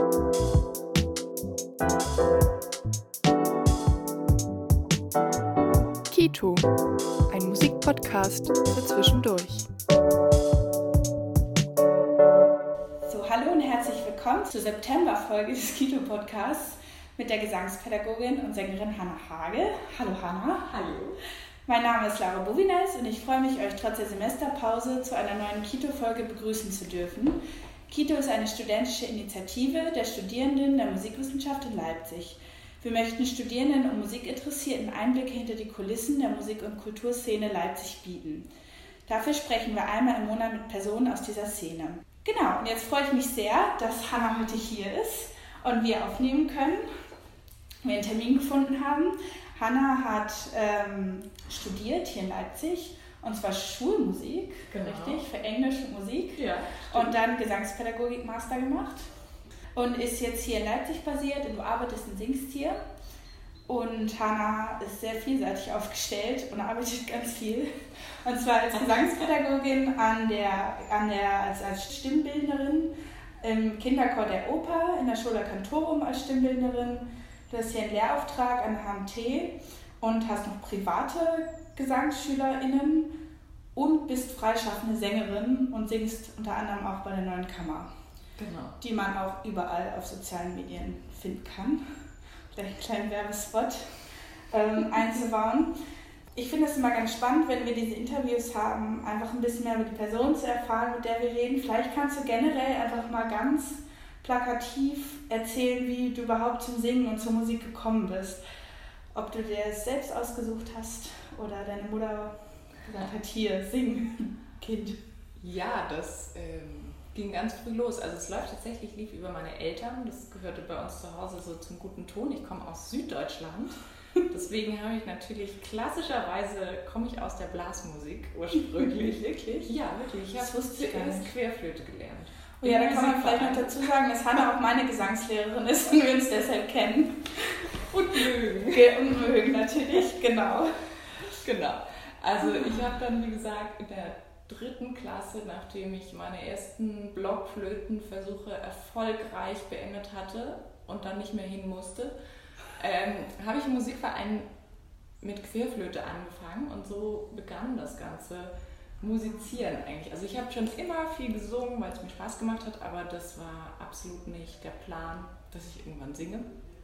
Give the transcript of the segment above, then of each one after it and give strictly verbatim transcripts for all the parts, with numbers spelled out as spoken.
Kito, ein Musikpodcast für zwischendurch. So, hallo und herzlich willkommen zur September-Folge des Kito-Podcasts mit der Gesangspädagogin und Sängerin Hannah Hage. Hallo Hannah. Hallo. Mein Name ist Laura Bovines und ich freue mich, euch trotz der Semesterpause zu einer neuen Kito-Folge begrüßen zu dürfen. Kito ist eine studentische Initiative der Studierenden der Musikwissenschaft in Leipzig. Wir möchten Studierenden und Musikinteressierten Einblicke hinter die Kulissen der Musik- und Kulturszene Leipzig bieten. Dafür sprechen wir einmal im Monat mit Personen aus dieser Szene. Genau, und jetzt freue ich mich sehr, dass Hannah heute hier ist und wir aufnehmen können, wir einen Termin gefunden haben. Hannah hat ähm, studiert hier in Leipzig, und zwar Schulmusik, genau. Richtig, für englische Musik. Ja, und dann Gesangspädagogik-Master gemacht. Und ist jetzt hier in Leipzig basiert und du arbeitest und singst hier. Und Hannah ist sehr vielseitig aufgestellt und arbeitet ganz viel. Und zwar als Gesangspädagogin, an der, an der, als, als Stimmbildnerin, im Kinderchor der Oper, in der Schola Cantorum als Stimmbildnerin. Du hast hier einen Lehrauftrag an H M T und hast noch private GesangsschülerInnen und bist freischaffende Sängerin und singst unter anderem auch bei der Neuen Kammer. Genau. Die man auch überall auf sozialen Medien finden kann. Vielleicht einen kleinen Werbespot ähm, einzubauen. Ich finde es immer ganz spannend, wenn wir diese Interviews haben, einfach ein bisschen mehr über die Person zu erfahren, mit der wir reden. Vielleicht kannst du generell einfach mal ganz plakativ erzählen, wie du überhaupt zum Singen und zur Musik gekommen bist. Ob du dir es selbst ausgesucht hast oder deine Mutter gesagt hat, hier, sing, Kind. Ja, das ähm, ging ganz früh los. Also es läuft tatsächlich, lief über meine Eltern. Das gehörte bei uns zu Hause so zum guten Ton. Ich komme aus Süddeutschland. Deswegen habe ich natürlich klassischerweise, komme ich aus der Blasmusik ursprünglich. Wirklich? Ja, wirklich. Ich habe zuerst Querflöte gelernt. Oh ja, da kann man vielleicht noch dazu sagen, dass Hannah auch meine Gesangslehrerin ist und wir uns deshalb kennen. Und mögen. Und mögen natürlich, genau. Genau. Also ich habe dann, wie gesagt, in der dritten Klasse, nachdem ich meine ersten Blockflötenversuche erfolgreich beendet hatte und dann nicht mehr hin musste, ähm, habe ich im Musikverein mit Querflöte angefangen und so begann das ganze Musizieren eigentlich. Also ich habe schon immer viel gesungen, weil es mir Spaß gemacht hat, aber das war absolut nicht der Plan, dass ich irgendwann singe.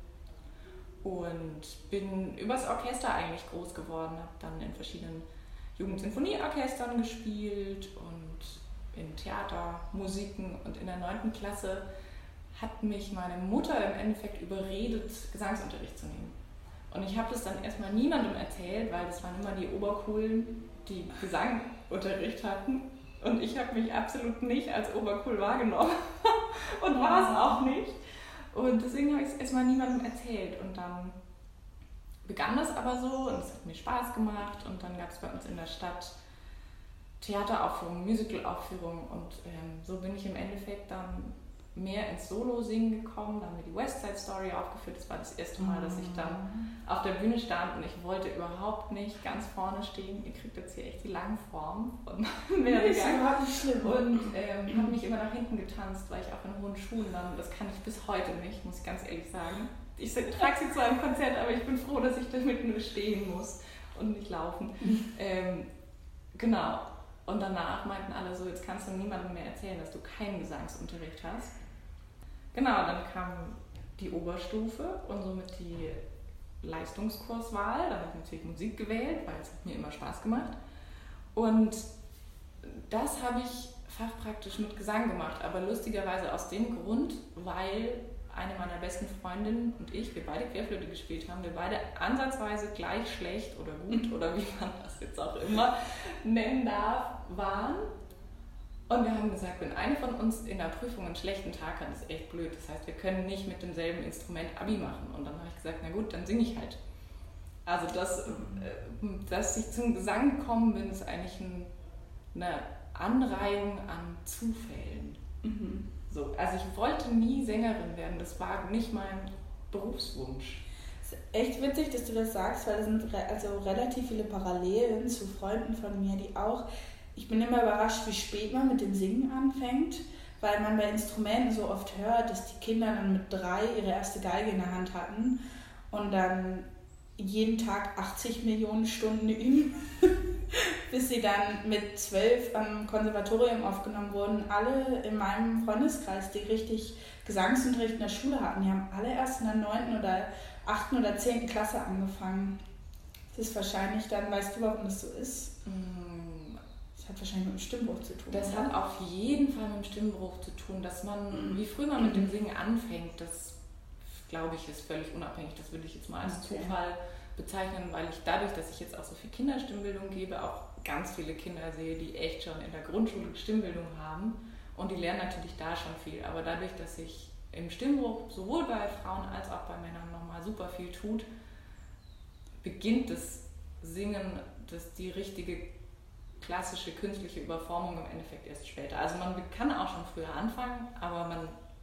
Und bin übers Orchester eigentlich groß geworden, habe dann in verschiedenen Jugendsinfonieorchestern gespielt und in Theatermusiken, und in der neunten Klasse hat mich meine Mutter im Endeffekt überredet, Gesangsunterricht zu nehmen. Und ich habe das dann erstmal niemandem erzählt, weil das waren immer die Obercoolen, die Gesangunterricht hatten, und ich habe mich absolut nicht als obercool wahrgenommen und war es auch nicht. Und deswegen habe ich es erstmal niemandem erzählt, und dann begann das aber so und es hat mir Spaß gemacht, und dann gab es bei uns in der Stadt Theateraufführungen, Musicalaufführungen, und ähm, so bin ich im Endeffekt dann mehr ins Solo-Singen gekommen. Da haben wir die West Side Story aufgeführt. Das war das erste Mal, dass ich dann auf der Bühne stand, und ich wollte überhaupt nicht ganz vorne stehen. Ihr kriegt jetzt hier echt die langen Formen von Werdegang. Und ähm, habe mich immer nach hinten getanzt, weil ich auch in hohen Schuhen dann, das kann ich bis heute nicht, muss ich ganz ehrlich sagen. Ich trage sie zu einem Konzert, aber ich bin froh, dass ich damit nur stehen muss und nicht laufen. ähm, genau. Und danach meinten alle so, jetzt kannst du niemandem mehr erzählen, dass du keinen Gesangsunterricht hast. Genau, dann kam die Oberstufe und somit die Leistungskurswahl. Dann habe ich natürlich Musik gewählt, weil es hat mir immer Spaß gemacht. Und das habe ich fachpraktisch mit Gesang gemacht, aber lustigerweise aus dem Grund, weil eine meiner besten Freundinnen und ich, wir beide Querflöte gespielt haben, wir beide ansatzweise gleich schlecht oder gut oder wie man das jetzt auch immer nennen darf, waren. Und wir haben gesagt, wenn eine von uns in der Prüfung einen schlechten Tag hat, ist echt blöd. Das heißt, wir können nicht mit demselben Instrument Abi machen. Und dann habe ich gesagt, na gut, dann singe ich halt. Also, dass, dass ich zum Gesang gekommen bin, ist eigentlich ein, eine Anreihung an Zufällen. Mhm. So, also ich wollte nie Sängerin werden, das war nicht mein Berufswunsch. Es ist echt witzig, dass du das sagst, weil es sind re- also relativ viele Parallelen zu Freunden von mir, die auch, ich bin immer überrascht, wie spät man mit dem Singen anfängt, weil man bei Instrumenten so oft hört, dass die Kinder dann mit drei ihre erste Geige in der Hand hatten und dann jeden Tag achtzig Millionen Stunden üben, bis sie dann mit zwölf am Konservatorium aufgenommen wurden. Alle in meinem Freundeskreis, die richtig Gesangsunterricht in der Schule hatten, die haben alle erst in der neunten oder achten oder zehnten Klasse angefangen. Das ist wahrscheinlich dann, weißt du, warum das so ist? Das hat wahrscheinlich mit dem Stimmbruch zu tun. Das oder? hat auf jeden Fall mit dem Stimmbruch zu tun, dass man, wie früh man mit dem Singen anfängt, das glaube ich, ist völlig unabhängig. Das würde ich jetzt mal als okay. Zufall bezeichnen, weil ich dadurch, dass ich jetzt auch so viel Kinderstimmbildung gebe, auch ganz viele Kinder sehe, die echt schon in der Grundschule Stimmbildung haben und die lernen natürlich da schon viel. Aber dadurch, dass sich im Stimmbruch sowohl bei Frauen als auch bei Männern nochmal super viel tut, beginnt das Singen, das die richtige klassische künstliche Überformung im Endeffekt erst später. Also man kann auch schon früher anfangen, aber man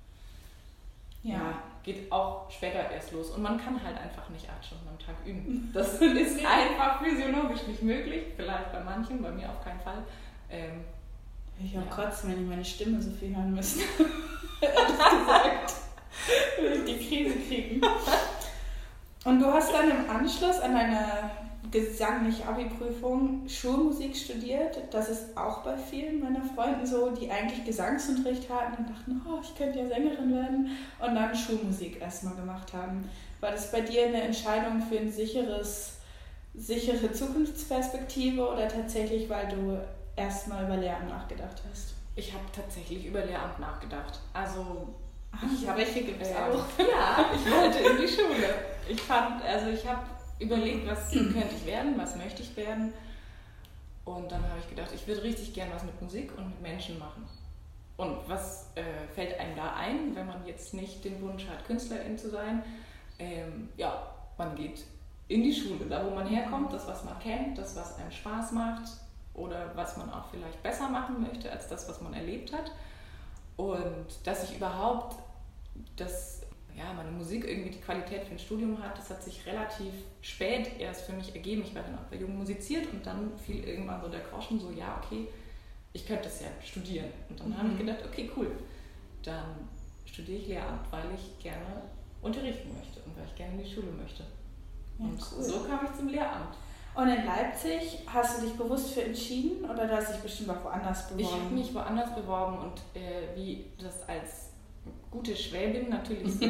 ja. Ja, geht auch später erst los. Und man kann halt einfach nicht acht Stunden am Tag üben. Das ist einfach physiologisch nicht möglich. Vielleicht bei manchen, bei mir auf keinen Fall. Ähm, ich auch ja. kotzen, wenn ich meine Stimme so viel hören müsste. Ehrlich gesagt. Würde ich die Krise kriegen. Und du hast dann im Anschluss an deine gesangliche Abi-Prüfung Schulmusik studiert. Das ist auch bei vielen meiner Freunden so, die eigentlich Gesangsunterricht hatten und dachten, oh, ich könnte ja Sängerin werden und dann Schulmusik erstmal gemacht haben. War das bei dir eine Entscheidung für eine sicheres, sichere Zukunftsperspektive oder tatsächlich, weil du erstmal über Lehramt nachgedacht hast? Ich habe tatsächlich über Lehramt nachgedacht. Also Ach, ich habe welche gibt es äh, auch. Ja, ich wollte in die Schule. Ich fand, also ich habe überlegt, was könnte ich werden, was möchte ich werden. Und dann habe ich gedacht, ich würde richtig gern was mit Musik und mit Menschen machen. Und was äh, fällt einem da ein, wenn man jetzt nicht den Wunsch hat, Künstlerin zu sein? Ähm, ja, man geht in die Schule, da wo man herkommt, das, was man kennt, das, was einem Spaß macht oder was man auch vielleicht besser machen möchte als das, was man erlebt hat. Und dass ich überhaupt das ja, meine Musik irgendwie die Qualität für ein Studium hat, das hat sich relativ spät erst für mich ergeben. Ich war dann auch bei Jung musiziert und dann fiel irgendwann so der Groschen so, ja, okay, ich könnte das ja studieren. Und dann mhm. habe ich gedacht, okay, cool, dann studiere ich Lehramt, weil ich gerne unterrichten möchte und weil ich gerne in die Schule möchte. Ja, und cool. So kam ich zum Lehramt. Und in Leipzig hast du dich bewusst für entschieden oder du hast dich bestimmt auch woanders beworben? Ich habe mich woanders beworben und äh, wie das als gute Schwäbin natürlich so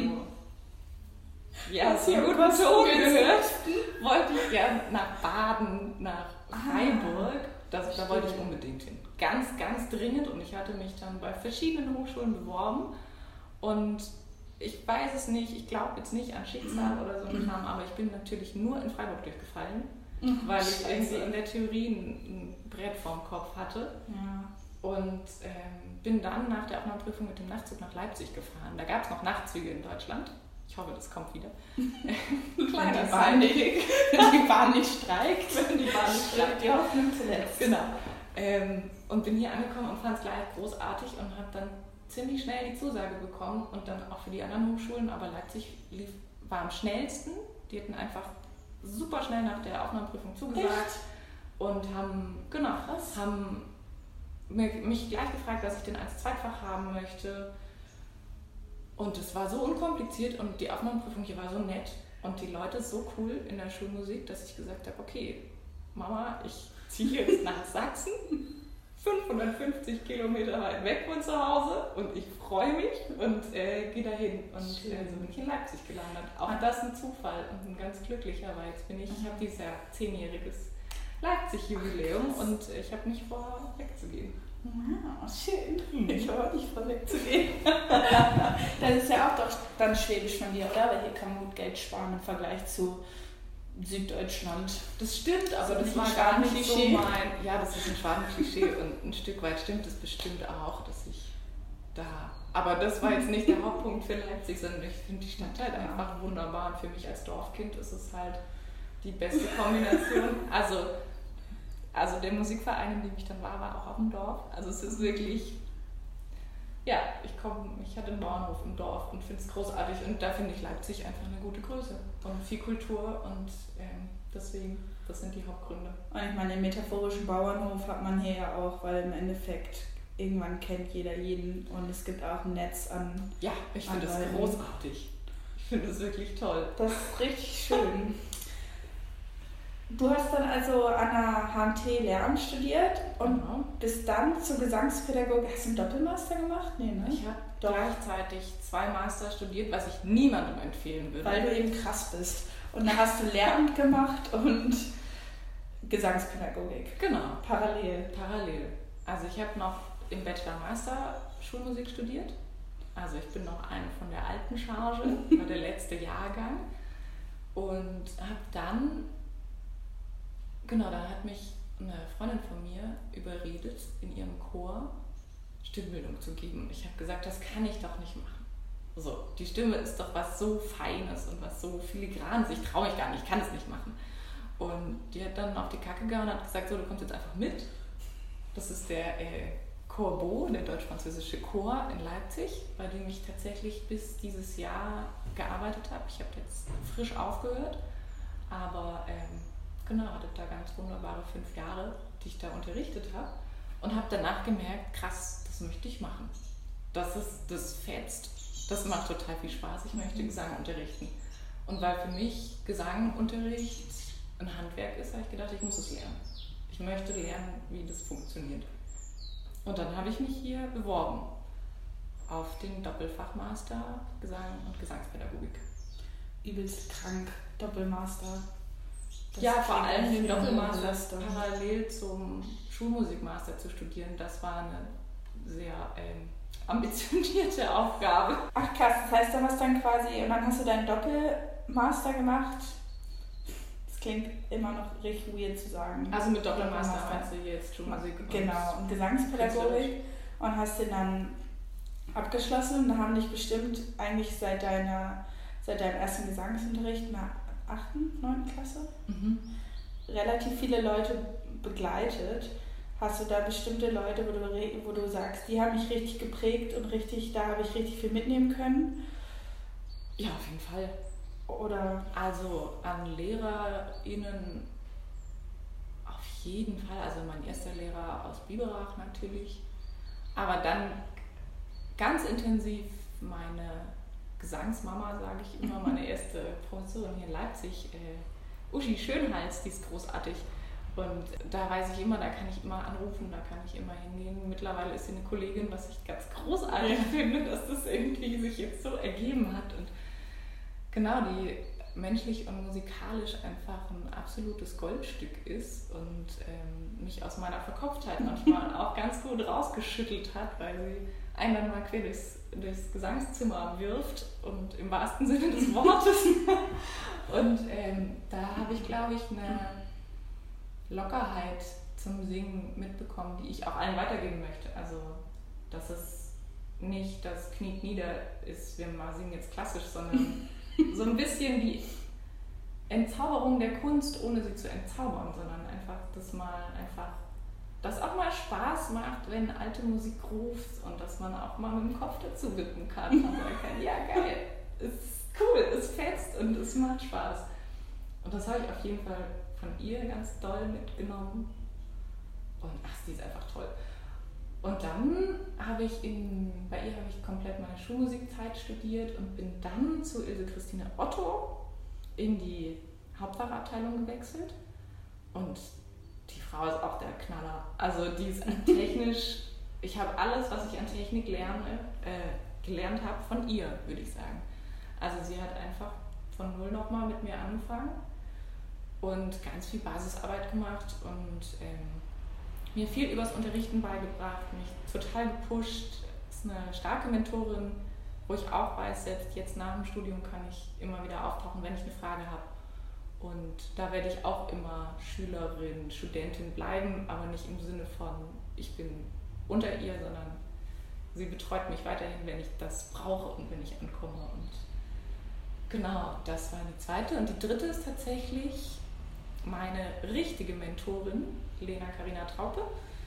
ja, so guten Ton gehört, wollte ich gern nach Baden, nach Freiburg, das, da wollte ich unbedingt hin. Ganz, ganz dringend und ich hatte mich dann bei verschiedenen Hochschulen beworben und ich weiß es nicht, ich glaube jetzt nicht an Schicksal oder so ein Kram, aber ich bin natürlich nur in Freiburg durchgefallen, weil ich irgendwie in der Theorie ein, ein Brett vorm Kopf hatte. Ja. Und ähm, bin dann nach der Aufnahmeprüfung mit dem Nachtzug nach Leipzig gefahren. Da gab es noch Nachtzüge in Deutschland. Ich hoffe, das kommt wieder. Wenn die Bahn nicht, die Bahn nicht streikt. Wenn die Bahn nicht streikt, die Hoffnung zuletzt. Genau. Ähm, und bin hier angekommen und fand es gleich großartig und habe dann ziemlich schnell die Zusage bekommen und dann auch für die anderen Hochschulen. Aber Leipzig lief, war am schnellsten. Die hatten einfach super schnell nach der Aufnahmeprüfung zugesagt. Echt? Und haben, genau, Krass. haben mich gleich gefragt, dass ich den als Zweitfach haben möchte. Und es war so unkompliziert und die Aufnahmeprüfung hier war so nett und die Leute so cool in der Schulmusik, dass ich gesagt habe, okay, Mama, ich ziehe jetzt nach Sachsen, fünfhundertfünfzig Kilometer weit weg von zu Hause und ich freue mich und äh, gehe dahin. Und äh, so bin ich in Leipzig gelandet. Auch das ein Zufall und ein ganz glücklicher, weil jetzt bin ich, ich habe dieses Jahr zehnjähriges Leipzig-Jubiläum und ich habe nicht vor, wegzugehen. Wow, schön. Ich habe auch nicht vor, wegzugehen. Das ist ja auch doch dann schwäbisch von dir, oder? Weil hier kann man gut Geld sparen im Vergleich zu Süddeutschland. Das stimmt, aber das, das war gar nicht so mein... Ja, das ist ein Schwaben-Klischee und ein Stück weit stimmt es bestimmt auch, dass ich da... Aber das war jetzt nicht der Hauptpunkt für Leipzig, sondern ich finde die Stadt halt einfach wunderbar und für mich als Dorfkind ist es halt die beste Kombination. Also... Also der Musikverein, in dem ich dann war, war auch auf dem Dorf. Also es ist wirklich, ja, ich komme, ich hatte einen Bauernhof im Dorf und finde es großartig und da finde ich Leipzig einfach eine gute Größe und viel Kultur und ähm, deswegen, das sind die Hauptgründe. Und ich meine, den metaphorischen Bauernhof hat man hier ja auch, weil im Endeffekt irgendwann kennt jeder jeden und es gibt auch ein Netz an. Ja, ich finde das großartig. Ich finde das wirklich toll. Das ist richtig schön. Du hast dann also an der H N T Lehramt studiert und genau. bist dann zur Gesangspädagogik. Hast du einen Doppelmaster gemacht? Nee, ne? Ich habe gleichzeitig zwei Master studiert, was ich niemandem empfehlen würde. Weil du eben krass bist. Und dann hast du Lehramt gemacht und Gesangspädagogik. Genau. Parallel. Parallel. Also ich habe noch im Bachelor-Master Schulmusik studiert. Also ich bin noch eine von der alten Charge, war der letzte Jahrgang. Und habe dann, genau, dann hat mich eine Freundin von mir überredet, in ihrem Chor Stimmbildung zu geben. Ich habe gesagt, das kann ich doch nicht machen. So, die Stimme ist doch was so Feines und was so Filigranes. Ich traue mich gar nicht, ich kann es nicht machen. Und die hat dann auf die Kacke gehauen und hat gesagt, so, du kommst jetzt einfach mit. Das ist der äh, Chor Beau, der deutsch-französische Chor in Leipzig, bei dem ich tatsächlich bis dieses Jahr gearbeitet habe. Ich habe jetzt frisch aufgehört, aber ähm, genau, hatte da ganz wunderbare fünf Jahre, die ich da unterrichtet habe und habe danach gemerkt, krass, das möchte ich machen. Das ist, das fetzt. Das macht total viel Spaß. Ich möchte Gesang unterrichten. Und weil für mich Gesangunterricht ein Handwerk ist, habe ich gedacht, ich muss es lernen. Ich möchte lernen, wie das funktioniert. Und dann habe ich mich hier beworben auf den Doppelfachmaster Gesang und Gesangspädagogik. Übelst krank, Doppelmaster. Das ja, vor allem den Doppelmaster Doppelmaster parallel zum Schulmusikmaster zu studieren, das war eine sehr ähm, ambitionierte Aufgabe. Ach krass, das heißt, du hast dann quasi, und dann hast du deinen Doppelmaster gemacht. Das klingt immer noch richtig weird zu sagen. Also mit Doppelmaster, Doppelmaster. Meinst du jetzt Schulmusik und genau, und Gesangspädagogik und hast den dann abgeschlossen und da haben dich bestimmt eigentlich seit deiner, seit deinem ersten Gesangsunterricht in der achten, neunten Klasse mhm. relativ viele Leute begleitet. Hast du da bestimmte Leute, wo du, wo du sagst, die haben mich richtig geprägt und richtig, da habe ich richtig viel mitnehmen können? Ja, auf jeden Fall. Oder? Also an LehrerInnen auf jeden Fall. Also mein erster Lehrer aus Biberach natürlich. Aber dann ganz intensiv meine Gesangsmama, sage ich immer, meine erste Professorin hier in Leipzig, äh, Uschi Schönhals, die ist großartig. Und da weiß ich immer, da kann ich immer anrufen, da kann ich immer hingehen. Mittlerweile ist sie eine Kollegin, was ich ganz großartig ja. finde, dass das irgendwie sich jetzt so ergeben hat. Und genau, die menschlich und musikalisch einfach ein absolutes Goldstück ist und ähm, mich aus meiner Verkopftheit manchmal auch ganz gut rausgeschüttelt hat, weil sie einen dann mal quer durchs, durchs Gesangszimmer wirft und im wahrsten Sinne des Wortes. Und ähm, da habe ich, glaube ich, eine Lockerheit zum Singen mitbekommen, die ich auch allen weitergeben möchte. Also, dass es nicht das Kniet nieder ist, wir mal singen jetzt klassisch, sondern so ein bisschen die Entzauberung der Kunst, ohne sie zu entzaubern, sondern einfach, dass mal einfach, dass auch mal Spaß macht, wenn alte Musik ruft und dass man auch mal mit dem Kopf dazu wippen kann und sagen kann, ja geil, es ist cool, es fetzt und es macht Spaß. Und das habe ich auf jeden Fall von ihr ganz doll mitgenommen. Und ach, die ist einfach toll. Und dann habe ich in, bei ihr habe ich komplett meine Schulmusikzeit studiert und bin dann zu Ilse Christine Otto in die Hauptfachabteilung gewechselt. Und die Frau ist auch der Knaller. Also die ist technisch, ich habe alles, was ich an Technik lerne, äh, gelernt habe, von ihr, würde ich sagen. Also sie hat einfach von null nochmal mit mir angefangen und ganz viel Basisarbeit gemacht und ähm, mir viel übers Unterrichten beigebracht, mich total gepusht, ist eine starke Mentorin, wo ich auch weiß, selbst jetzt nach dem Studium kann ich immer wieder auftauchen, wenn ich eine Frage habe. Und da werde ich auch immer Schülerin, Studentin bleiben, aber nicht im Sinne von, ich bin unter ihr, sondern sie betreut mich weiterhin, wenn ich das brauche und wenn ich ankomme. Und genau, das war die zweite. Und die dritte ist tatsächlich meine richtige Mentorin, Lena Carina Traupe.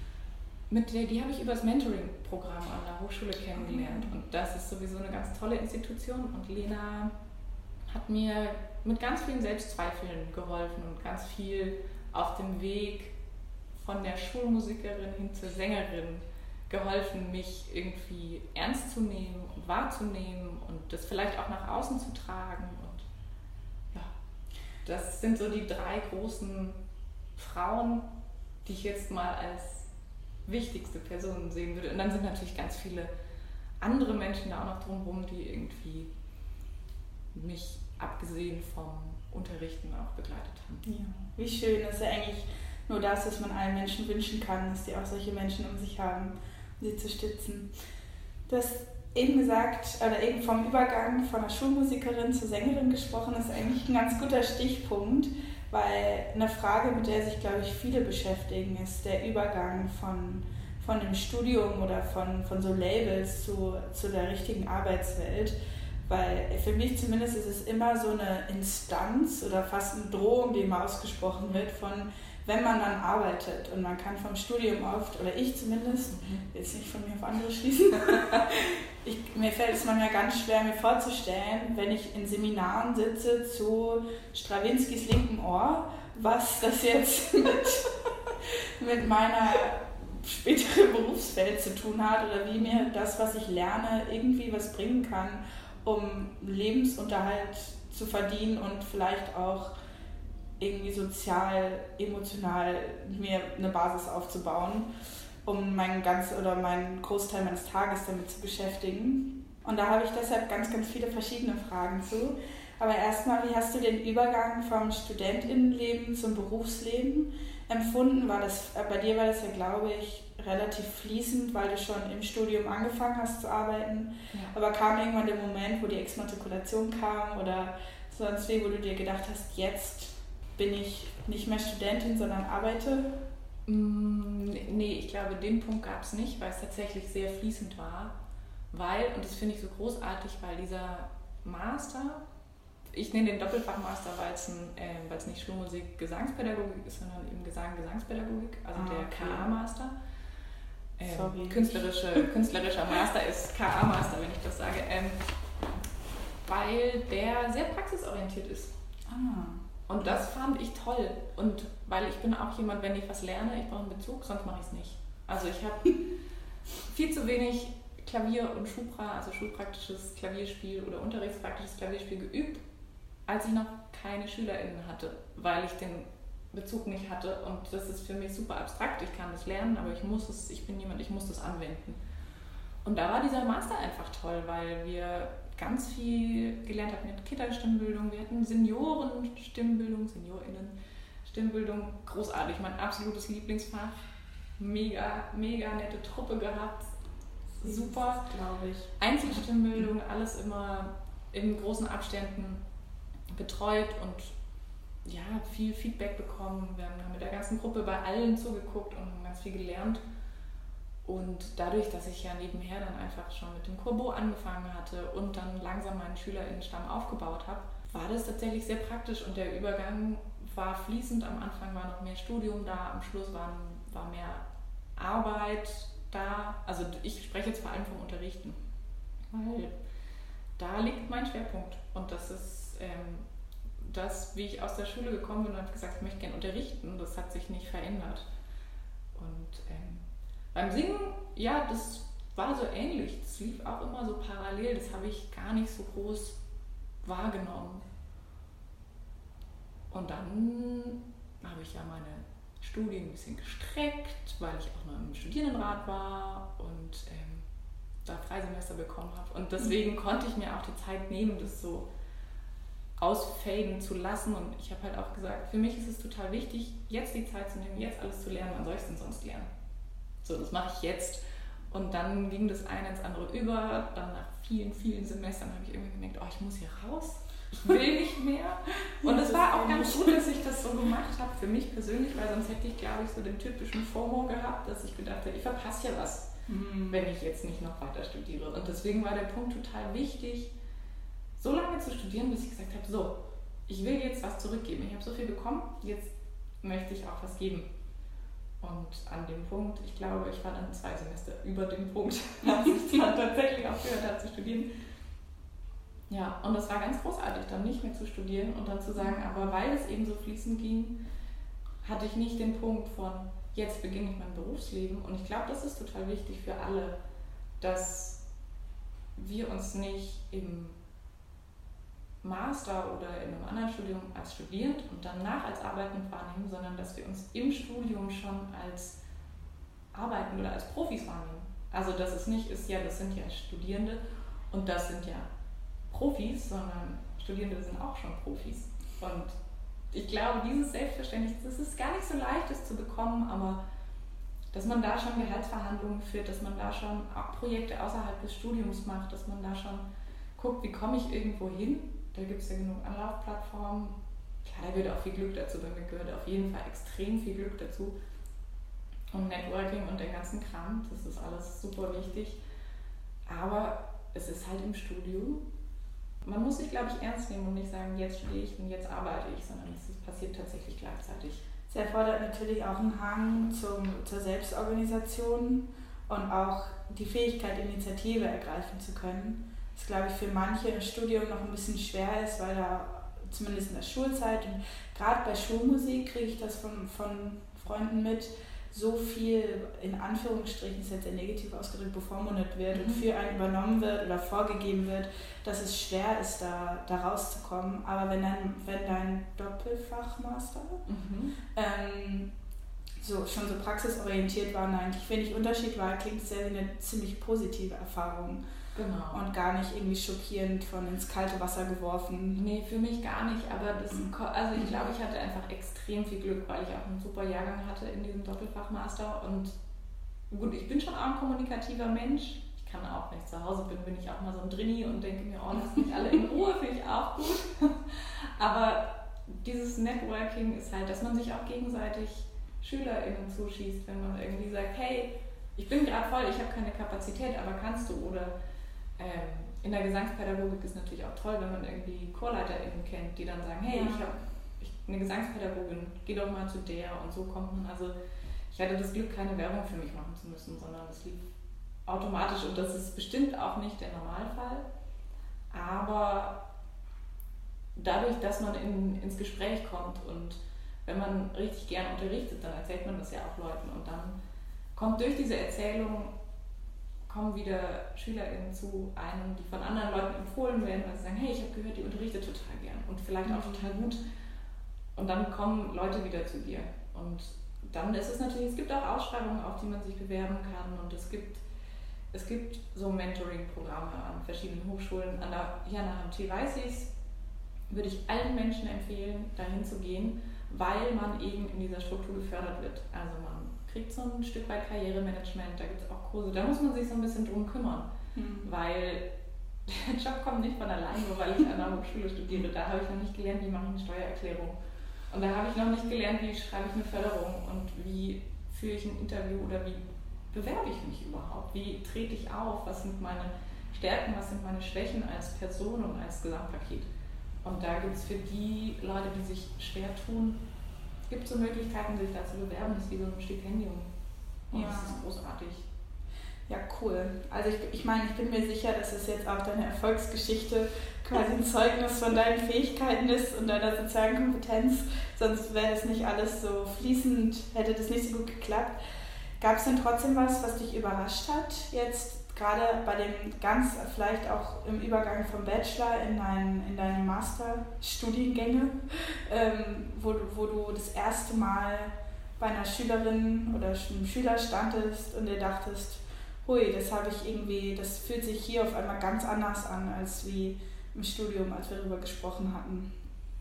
Mit der, die habe ich über das Mentoring-Programm an der Hochschule kennengelernt. Und das ist sowieso eine ganz tolle Institution. Und Lena hat mir mit ganz vielen Selbstzweifeln geholfen und ganz viel auf dem Weg von der Schulmusikerin hin zur Sängerin geholfen, mich irgendwie ernst zu nehmen und wahrzunehmen und das vielleicht auch nach außen zu tragen. Und ja, das sind so die drei großen Frauen, die ich jetzt mal als wichtigste Personen sehen würde. Und dann sind natürlich ganz viele andere Menschen da auch noch drumherum, die irgendwie mich abgesehen vom Unterrichten auch begleitet haben. Ja, wie schön, das ist ja eigentlich nur das, was man allen Menschen wünschen kann, dass die auch solche Menschen um sich haben, um sie zu stützen. Du hast eben gesagt, oder eben vom Übergang von einer Schulmusikerin zur Sängerin gesprochen, ist eigentlich ein ganz guter Stichpunkt, weil eine Frage, mit der sich, glaube ich, viele beschäftigen, ist der Übergang von, von dem Studium oder von, von so Labels zu, zu der richtigen Arbeitswelt. Weil für mich zumindest ist es immer so eine Instanz oder fast eine Drohung, die immer ausgesprochen wird, von wenn man dann arbeitet. Und man kann vom Studium oft, oder ich zumindest, jetzt nicht von mir auf andere schließen, ich, mir fällt es manchmal ganz schwer, mir vorzustellen, wenn ich in Seminaren sitze zu Strawinskys linkem Ohr, was das jetzt mit, mit meiner späteren Berufswelt zu tun hat oder wie mir das, was ich lerne, irgendwie was bringen kann, um Lebensunterhalt zu verdienen und vielleicht auch irgendwie sozial, emotional mir eine Basis aufzubauen, um meinen ganz oder meinen Großteil meines Tages damit zu beschäftigen. Und da habe ich deshalb ganz, ganz viele verschiedene Fragen zu. Aber erstmal, wie hast du den Übergang vom StudentInnenleben zum Berufsleben empfunden? War das, bei dir war das ja, glaube ich, relativ fließend, weil du schon im Studium angefangen hast zu arbeiten. Ja. Aber kam irgendwann der Moment, wo die Exmatrikulation kam oder sonst wie, wo du dir gedacht hast, jetzt bin ich nicht mehr Studentin, sondern arbeite? Nee, ich glaube, den Punkt gab es nicht, weil es tatsächlich sehr fließend war. Weil, und das finde ich so großartig, weil dieser Master, ich nenne den Doppelfachmaster, weil es, ein, äh, weil es nicht Schulmusik Gesangspädagogik ist, sondern eben Gesang Gesangspädagogik, also ah, der okay. K A-Master. Ähm, künstlerische, künstlerischer Master ist K A-Master, wenn ich das sage, ähm, weil der sehr praxisorientiert ist. Ah. Und das fand ich toll. Und weil ich bin auch jemand, wenn ich was lerne, ich brauche einen Bezug, sonst mache ich es nicht. Also ich habe viel zu wenig Klavier und Schulpra, also schulpraktisches Klavierspiel oder unterrichtspraktisches Klavierspiel geübt, als ich noch keine SchülerInnen hatte, weil ich den Bezug nicht hatte. Und das ist für mich super abstrakt. Ich kann das lernen, aber ich muss es, ich bin jemand, ich muss das anwenden. Und da war dieser Master einfach toll, weil wir ganz viel gelernt hatten mit Kinderstimmbildung, wir hatten Senioren-Stimmbildung, SeniorInnen-Stimmbildung, großartig, mein absolutes Lieblingsfach, mega, mega nette Truppe gehabt, super, glaube ich. Einzelstimmbildung, alles immer in großen Abständen betreut und ja, viel Feedback bekommen, wir haben mit der ganzen Gruppe bei allen zugeguckt und haben ganz viel gelernt. Und dadurch, dass ich ja nebenher dann einfach schon mit dem Corbeau angefangen hatte und dann langsam meinen SchülerInnenstamm aufgebaut habe, war das tatsächlich sehr praktisch und der Übergang war fließend. Am Anfang war noch mehr Studium da, am Schluss war, war mehr Arbeit da. Also ich spreche jetzt vor allem vom Unterrichten, weil da liegt mein Schwerpunkt. Und das ist ähm, das, wie ich aus der Schule gekommen bin und habe gesagt, ich möchte gerne unterrichten. Das hat sich nicht verändert. Und ähm, beim Singen, ja, das war so ähnlich. Das lief auch immer so parallel. Das habe ich gar nicht so groß wahrgenommen. Und dann habe ich ja meine Studien ein bisschen gestreckt, weil ich auch noch im Studierendenrat war und ähm, da Freisemester bekommen habe. Und deswegen konnte ich mir auch die Zeit nehmen, das so ausfaden zu lassen. Und ich habe halt auch gesagt, für mich ist es total wichtig, jetzt die Zeit zu nehmen, jetzt alles zu lernen. Wann soll ich es denn sonst lernen? So, das mache ich jetzt. Und dann ging das eine ins andere über. Dann nach vielen, vielen Semestern habe ich irgendwie gemerkt, oh, ich muss hier raus. Ich will nicht mehr. Und es war auch ganz gut, dass ich das so gemacht habe für mich persönlich, weil sonst hätte ich, glaube ich, so den typischen FOMO gehabt, dass ich gedacht habe, ich verpasse ja was, mhm. wenn ich jetzt nicht noch weiter studiere. Und deswegen war der Punkt total wichtig, so lange zu studieren, bis ich gesagt habe, so, ich will jetzt was zurückgeben. Ich habe so viel bekommen, jetzt möchte ich auch was geben. Und an dem Punkt, ich glaube, ich war dann zwei Semester über dem Punkt, als ich dann tatsächlich aufgehört habe zu studieren. Ja, und das war ganz großartig, dann nicht mehr zu studieren und dann zu sagen, aber weil es eben so fließend ging, hatte ich nicht den Punkt von, jetzt beginne ich mein Berufsleben. Und ich glaube, das ist total wichtig für alle, dass wir uns nicht im Master oder in einem anderen Studium als studierend und danach als arbeitend wahrnehmen, sondern dass wir uns im Studium schon als arbeitend oder als Profis wahrnehmen. Also dass es nicht ist, ja, das sind ja Studierende und das sind ja Profis, sondern Studierende sind auch schon Profis. Und ich glaube, dieses Selbstverständnis, das ist gar nicht so leicht, das zu bekommen, aber dass man da schon Gehaltsverhandlungen führt, dass man da schon auch Projekte außerhalb des Studiums macht, dass man da schon guckt, wie komme ich irgendwo hin. Da gibt es ja genug Anlaufplattformen. Klar, da gehört auch viel Glück dazu, bei mir gehört auf jeden Fall extrem viel Glück dazu. Und Networking und den ganzen Kram, das ist alles super wichtig. Aber es ist halt im Studium. Man muss sich, glaube ich, ernst nehmen und nicht sagen, jetzt studiere ich und jetzt arbeite ich, sondern es passiert tatsächlich gleichzeitig. Es erfordert natürlich auch einen Hang zum, zur Selbstorganisation und auch die Fähigkeit, Initiative ergreifen zu können. Das, glaube ich, für manche im Studium noch ein bisschen schwer ist, weil da zumindest in der Schulzeit und gerade bei Schulmusik kriege ich das von, von Freunden mit, so viel in Anführungsstrichen, ist jetzt sehr negativ ausgedrückt, bevormundet wird mhm. und für einen übernommen wird oder vorgegeben wird, dass es schwer ist, da, da rauszukommen. Aber wenn dein, wenn dein Doppelfachmaster mhm. ähm, so, schon so praxisorientiert war und eigentlich wenig Unterschied war, klingt es sehr wie eine ziemlich positive Erfahrung. Genau. Und gar nicht irgendwie schockierend von ins kalte Wasser geworfen. Nee, für mich gar nicht, aber das, also ich glaube, ich hatte einfach extrem viel Glück, weil ich auch einen super Jahrgang hatte in diesem Doppelfachmaster und gut, ich bin schon auch ein kommunikativer Mensch. Ich kann auch, wenn ich zu Hause bin, bin ich auch mal so ein Drini und denke mir, oh, lasst mich alle in Ruhe, finde ich auch gut. Aber dieses Networking ist halt, dass man sich auch gegenseitig SchülerInnen zuschießt, wenn man irgendwie sagt, hey, ich bin gerade voll, ich habe keine Kapazität, aber kannst du? Oder ähm, in der Gesangspädagogik ist natürlich auch toll, wenn man irgendwie ChorleiterInnen kennt, die dann sagen, hey, ja. ich habe eine Gesangspädagogin, geh doch mal zu der und so kommt man. Also ich hatte das Glück, keine Werbung für mich machen zu müssen, sondern es lief automatisch und das ist bestimmt auch nicht der Normalfall. Aber dadurch, dass man in, ins Gespräch kommt und wenn man richtig gern unterrichtet, dann erzählt man das ja auch Leuten und dann kommt durch diese Erzählung, kommen wieder SchülerInnen zu einem, die von anderen Leuten empfohlen werden, weil sie sagen, hey, ich habe gehört, die unterrichtet total gern und vielleicht auch total gut. Und dann kommen Leute wieder zu dir. Und dann ist es natürlich, es gibt auch Ausschreibungen, auf die man sich bewerben kann und es gibt, es gibt so Mentoring-Programme an verschiedenen Hochschulen. An der, hier an der H M T weiß ich es, würde ich allen Menschen empfehlen, dahin zu gehen, weil man eben in dieser Struktur gefördert wird. Also man kriegt so ein Stück weit Karrieremanagement, da gibt es auch Kurse, da muss man sich so ein bisschen drum kümmern, mhm. weil der Job kommt nicht von allein, nur weil ich an der Hochschule studiere. Da habe ich noch nicht gelernt, wie mache ich eine Steuererklärung. Und da habe ich noch nicht gelernt, wie schreibe ich eine Förderung und wie führe ich ein Interview oder wie bewerbe ich mich überhaupt, wie trete ich auf, was sind meine Stärken, was sind meine Schwächen als Person und als Gesamtpaket. Und da gibt es für die Leute, die sich schwer tun, gibt es so Möglichkeiten, sich da zu bewerben, das ist wie so ein Stipendium. Und ja. Das ist großartig. Ja, cool. Also ich, ich meine, ich bin mir sicher, dass es jetzt auch deine Erfolgsgeschichte quasi ein Zeugnis von deinen Fähigkeiten ist und deiner sozialen Kompetenz. Sonst wäre das nicht alles so fließend, hätte das nicht so gut geklappt. Gab es denn trotzdem was, was dich überrascht hat, jetzt gerade bei dem ganz, vielleicht auch im Übergang vom Bachelor in, dein, in deine Masterstudiengänge, ähm, wo, wo du das erste Mal bei einer Schülerin oder einem Schüler standest und dir dachtest, hui, das habe ich irgendwie, das fühlt sich hier auf einmal ganz anders an, als wie im Studium, als wir darüber gesprochen hatten.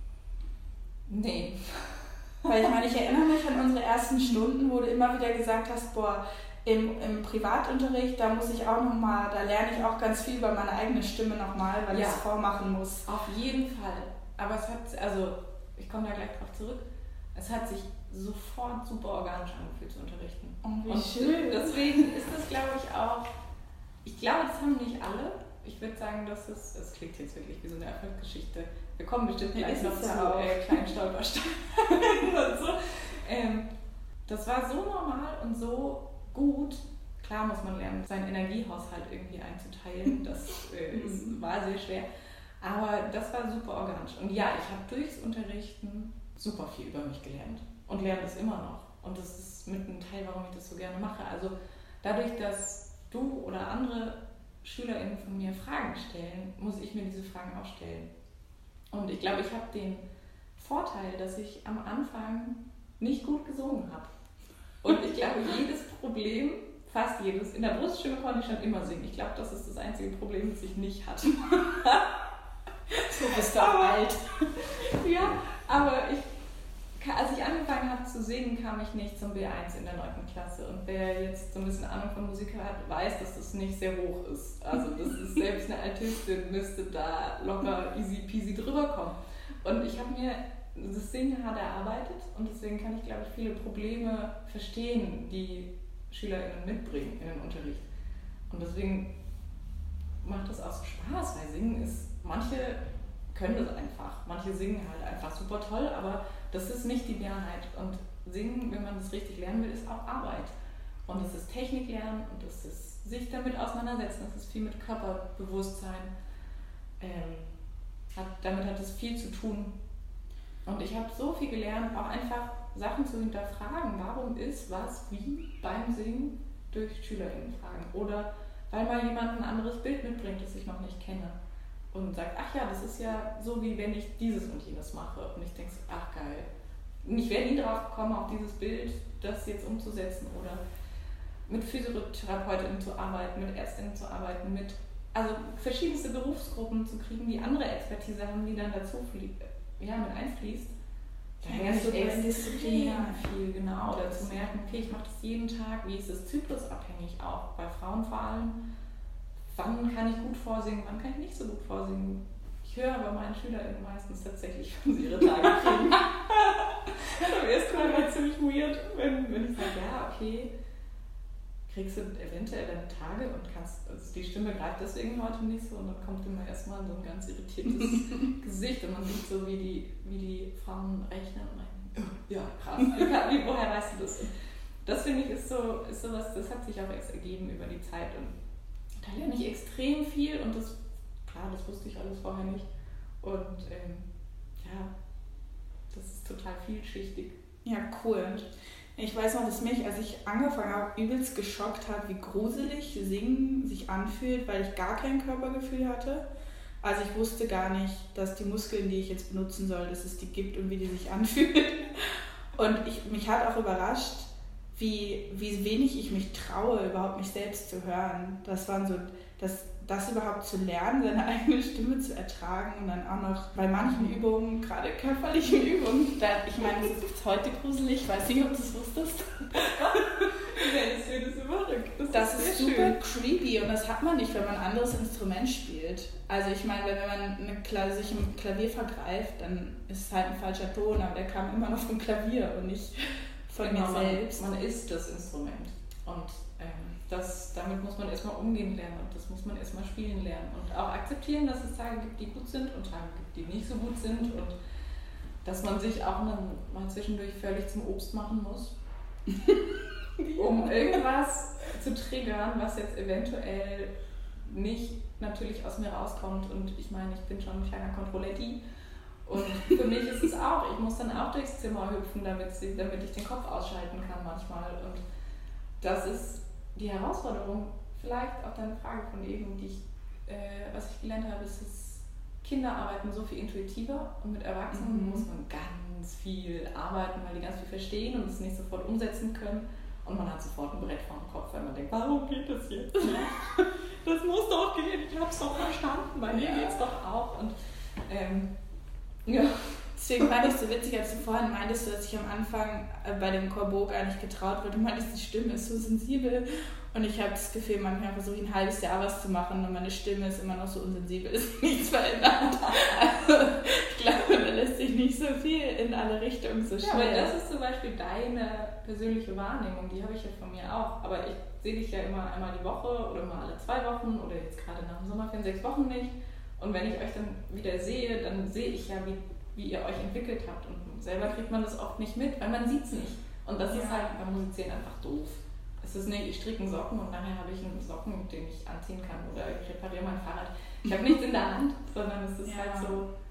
Nee. Weil ich meine, ich erinnere mich an unsere ersten Stunden, wo du immer wieder gesagt hast, boah, Im, im Privatunterricht, da muss ich auch nochmal, da lerne ich auch ganz viel über meine eigene Stimme nochmal, weil ja. ich es vormachen muss. Auf jeden Fall. Aber es hat, also ich komme da gleich drauf zurück, es hat sich sofort super organisch angefühlt zu unterrichten. Oh, wie und schön. Deswegen ist das, glaube ich, auch, ich glaube, das haben nicht alle. Ich würde sagen, dass es, es klingt jetzt wirklich wie so eine Erfolgsgeschichte. Wir kommen bestimmt ja, gleich noch zu äh, kleinen Stolpersteinen und so. Ähm, das war so normal und so gut. Klar muss man lernen, seinen Energiehaushalt irgendwie einzuteilen. Das äh, ist, war sehr schwer. Aber das war super organisch. Und ja, ich habe durchs Unterrichten super viel über mich gelernt und lerne es immer noch. Und das ist mit ein Teil, warum ich das so gerne mache. Also dadurch, dass du oder andere SchülerInnen von mir Fragen stellen, muss ich mir diese Fragen auch stellen. Und ich glaube, ich habe den Vorteil, dass ich am Anfang nicht gut gesungen habe. Und ich glaube, jedes Problem, fast jedes, in der Bruststimme konnte ich schon immer singen. Ich glaube, das ist das einzige Problem, das ich nicht hatte. So bist du auch alt. Ja, aber ich, als ich angefangen habe zu singen, kam ich nicht zum B eins in der neunten Klasse. Und wer jetzt so ein bisschen Ahnung von Musik hat, weiß, dass das nicht sehr hoch ist. Also das ist, selbst eine Altistin müsste da locker easy peasy drüber kommen. Und ich habe mir das Singen hart erarbeitet und deswegen kann ich, glaube ich, viele Probleme verstehen, die SchülerInnen mitbringen in den Unterricht. Und deswegen macht das auch so Spaß, weil Singen ist, manche können das einfach, manche singen halt einfach super toll, aber das ist nicht die Mehrheit. Und Singen, wenn man das richtig lernen will, ist auch Arbeit. Und es ist Technik lernen und es ist sich damit auseinandersetzen, es ist viel mit Körperbewusstsein. Ähm, hat, damit hat es viel zu tun. Und ich habe so viel gelernt, auch einfach Sachen zu hinterfragen. Warum ist was wie beim Singen durch SchülerInnen fragen? Oder weil mal jemand ein anderes Bild mitbringt, das ich noch nicht kenne. Und sagt, ach ja, das ist ja so, wie wenn ich dieses und jenes mache. Und ich denke, ach geil. Und ich wäre nie drauf gekommen, auf dieses Bild, das jetzt umzusetzen. Oder mit Physiotherapeutinnen zu arbeiten, mit Ärztinnen zu arbeiten, mit also verschiedenste Berufsgruppen zu kriegen, die andere Expertise haben, die dann dazu flie- ja, mit einfließt. Da lernst du extrem viel, genau. Oder zu merken, okay, ich mache das jeden Tag, wie ist es zyklusabhängig auch, bei Frauen vor allem. Wann kann ich gut vorsingen, wann kann ich nicht so gut vorsingen. Ich höre aber meinen SchülerInnen meistens tatsächlich, wenn sie ihre Tage kriegen. Aber erst mal ziemlich weird, wenn, wenn ich sage, ja, okay, kriegst du eventuell deine Tage und kannst, also die Stimme greift deswegen heute nicht so und dann kommt immer erstmal so ein ganz irritiertes Gesicht und man sieht so, wie die, wie die Frauen rechnen und meinen, ja, krass, wie, woher weißt du das? Und das finde ich ist so, ist so was, das hat sich auch erst ergeben über die Zeit und da lerne ich extrem viel und das, klar, das wusste ich alles vorher nicht und ähm, ja, das ist total vielschichtig. Ja, cool. Ich weiß noch, dass mich, als ich angefangen habe, übelst geschockt hat, wie gruselig Singen sich anfühlt, weil ich gar kein Körpergefühl hatte. Also ich wusste gar nicht, dass die Muskeln, die ich jetzt benutzen soll, dass es die gibt und wie die sich anfühlen. Und ich, mich hat auch überrascht, wie, wie wenig ich mich traue, überhaupt mich selbst zu hören. Das waren so, das, das überhaupt zu lernen, seine eigene Stimme zu ertragen und dann auch noch bei manchen Übungen, gerade körperlichen Übungen, da, ich meine, das ist heute gruselig, ich weiß nicht, ob du das wusstest. Ja, das ist verrückt. Das, das ist, ist super schön. Creepy und das hat man nicht, wenn man ein anderes Instrument spielt. Also ich meine, wenn man eine Kla- sich im Klavier vergreift, dann ist es halt ein falscher Ton, aber der kam immer noch vom Klavier und nicht von genau, mir selbst. Man, man ist das Instrument und ähm, das, damit muss man erstmal umgehen lernen und das muss man erstmal spielen lernen und auch akzeptieren, dass es Tage gibt, die gut sind und Tage gibt, die nicht so gut sind und dass man sich auch dann mal zwischendurch völlig zum Obst machen muss, um irgendwas zu triggern, was jetzt eventuell nicht natürlich aus mir rauskommt und ich meine, ich bin schon ein kleiner Controletti und für mich ist es auch, ich muss dann auch durchs Zimmer hüpfen, damit, sie, damit ich den Kopf ausschalten kann manchmal und das ist die Herausforderung, vielleicht auch deine Frage von eben, die ich, äh, was ich gelernt habe, ist, dass Kinder arbeiten so viel intuitiver und mit Erwachsenen mhm. muss man ganz viel arbeiten, weil die ganz viel verstehen und es nicht sofort umsetzen können und man hat sofort ein Brett vor dem Kopf, weil man denkt, warum geht das jetzt? Das muss doch gehen, ich hab's doch verstanden, bei mir ja. geht's doch auch und ähm, ja. Deswegen fand ich es so witzig, als du vorhin meintest, dass ich am Anfang bei dem Corbeau gar nicht getraut wurde. Du meintest, die Stimme ist so sensibel und ich habe das Gefühl, manchmal versuche ich ein halbes Jahr was zu machen und meine Stimme ist immer noch so unsensibel, ist nichts verändert. Also ich glaube, da lässt sich nicht so viel in alle Richtungen so schnell. Ja, aber das ist zum Beispiel deine persönliche Wahrnehmung, die habe ich ja von mir auch. Aber ich sehe dich ja immer einmal die Woche oder mal alle zwei Wochen oder jetzt gerade nach dem Sommerferien sechs Wochen nicht. Und wenn ich euch dann wieder sehe, dann sehe ich ja, wie wie ihr euch entwickelt habt und selber kriegt man das oft nicht mit, weil man sieht es nicht. Und das ja. ist halt beim Musizieren einfach doof. Es ist nicht, ich stricke einen Socken und nachher habe ich einen Socken, den ich anziehen kann oder ich repariere mein Fahrrad. Ich habe nichts in der Hand, sondern es ist ja. halt so,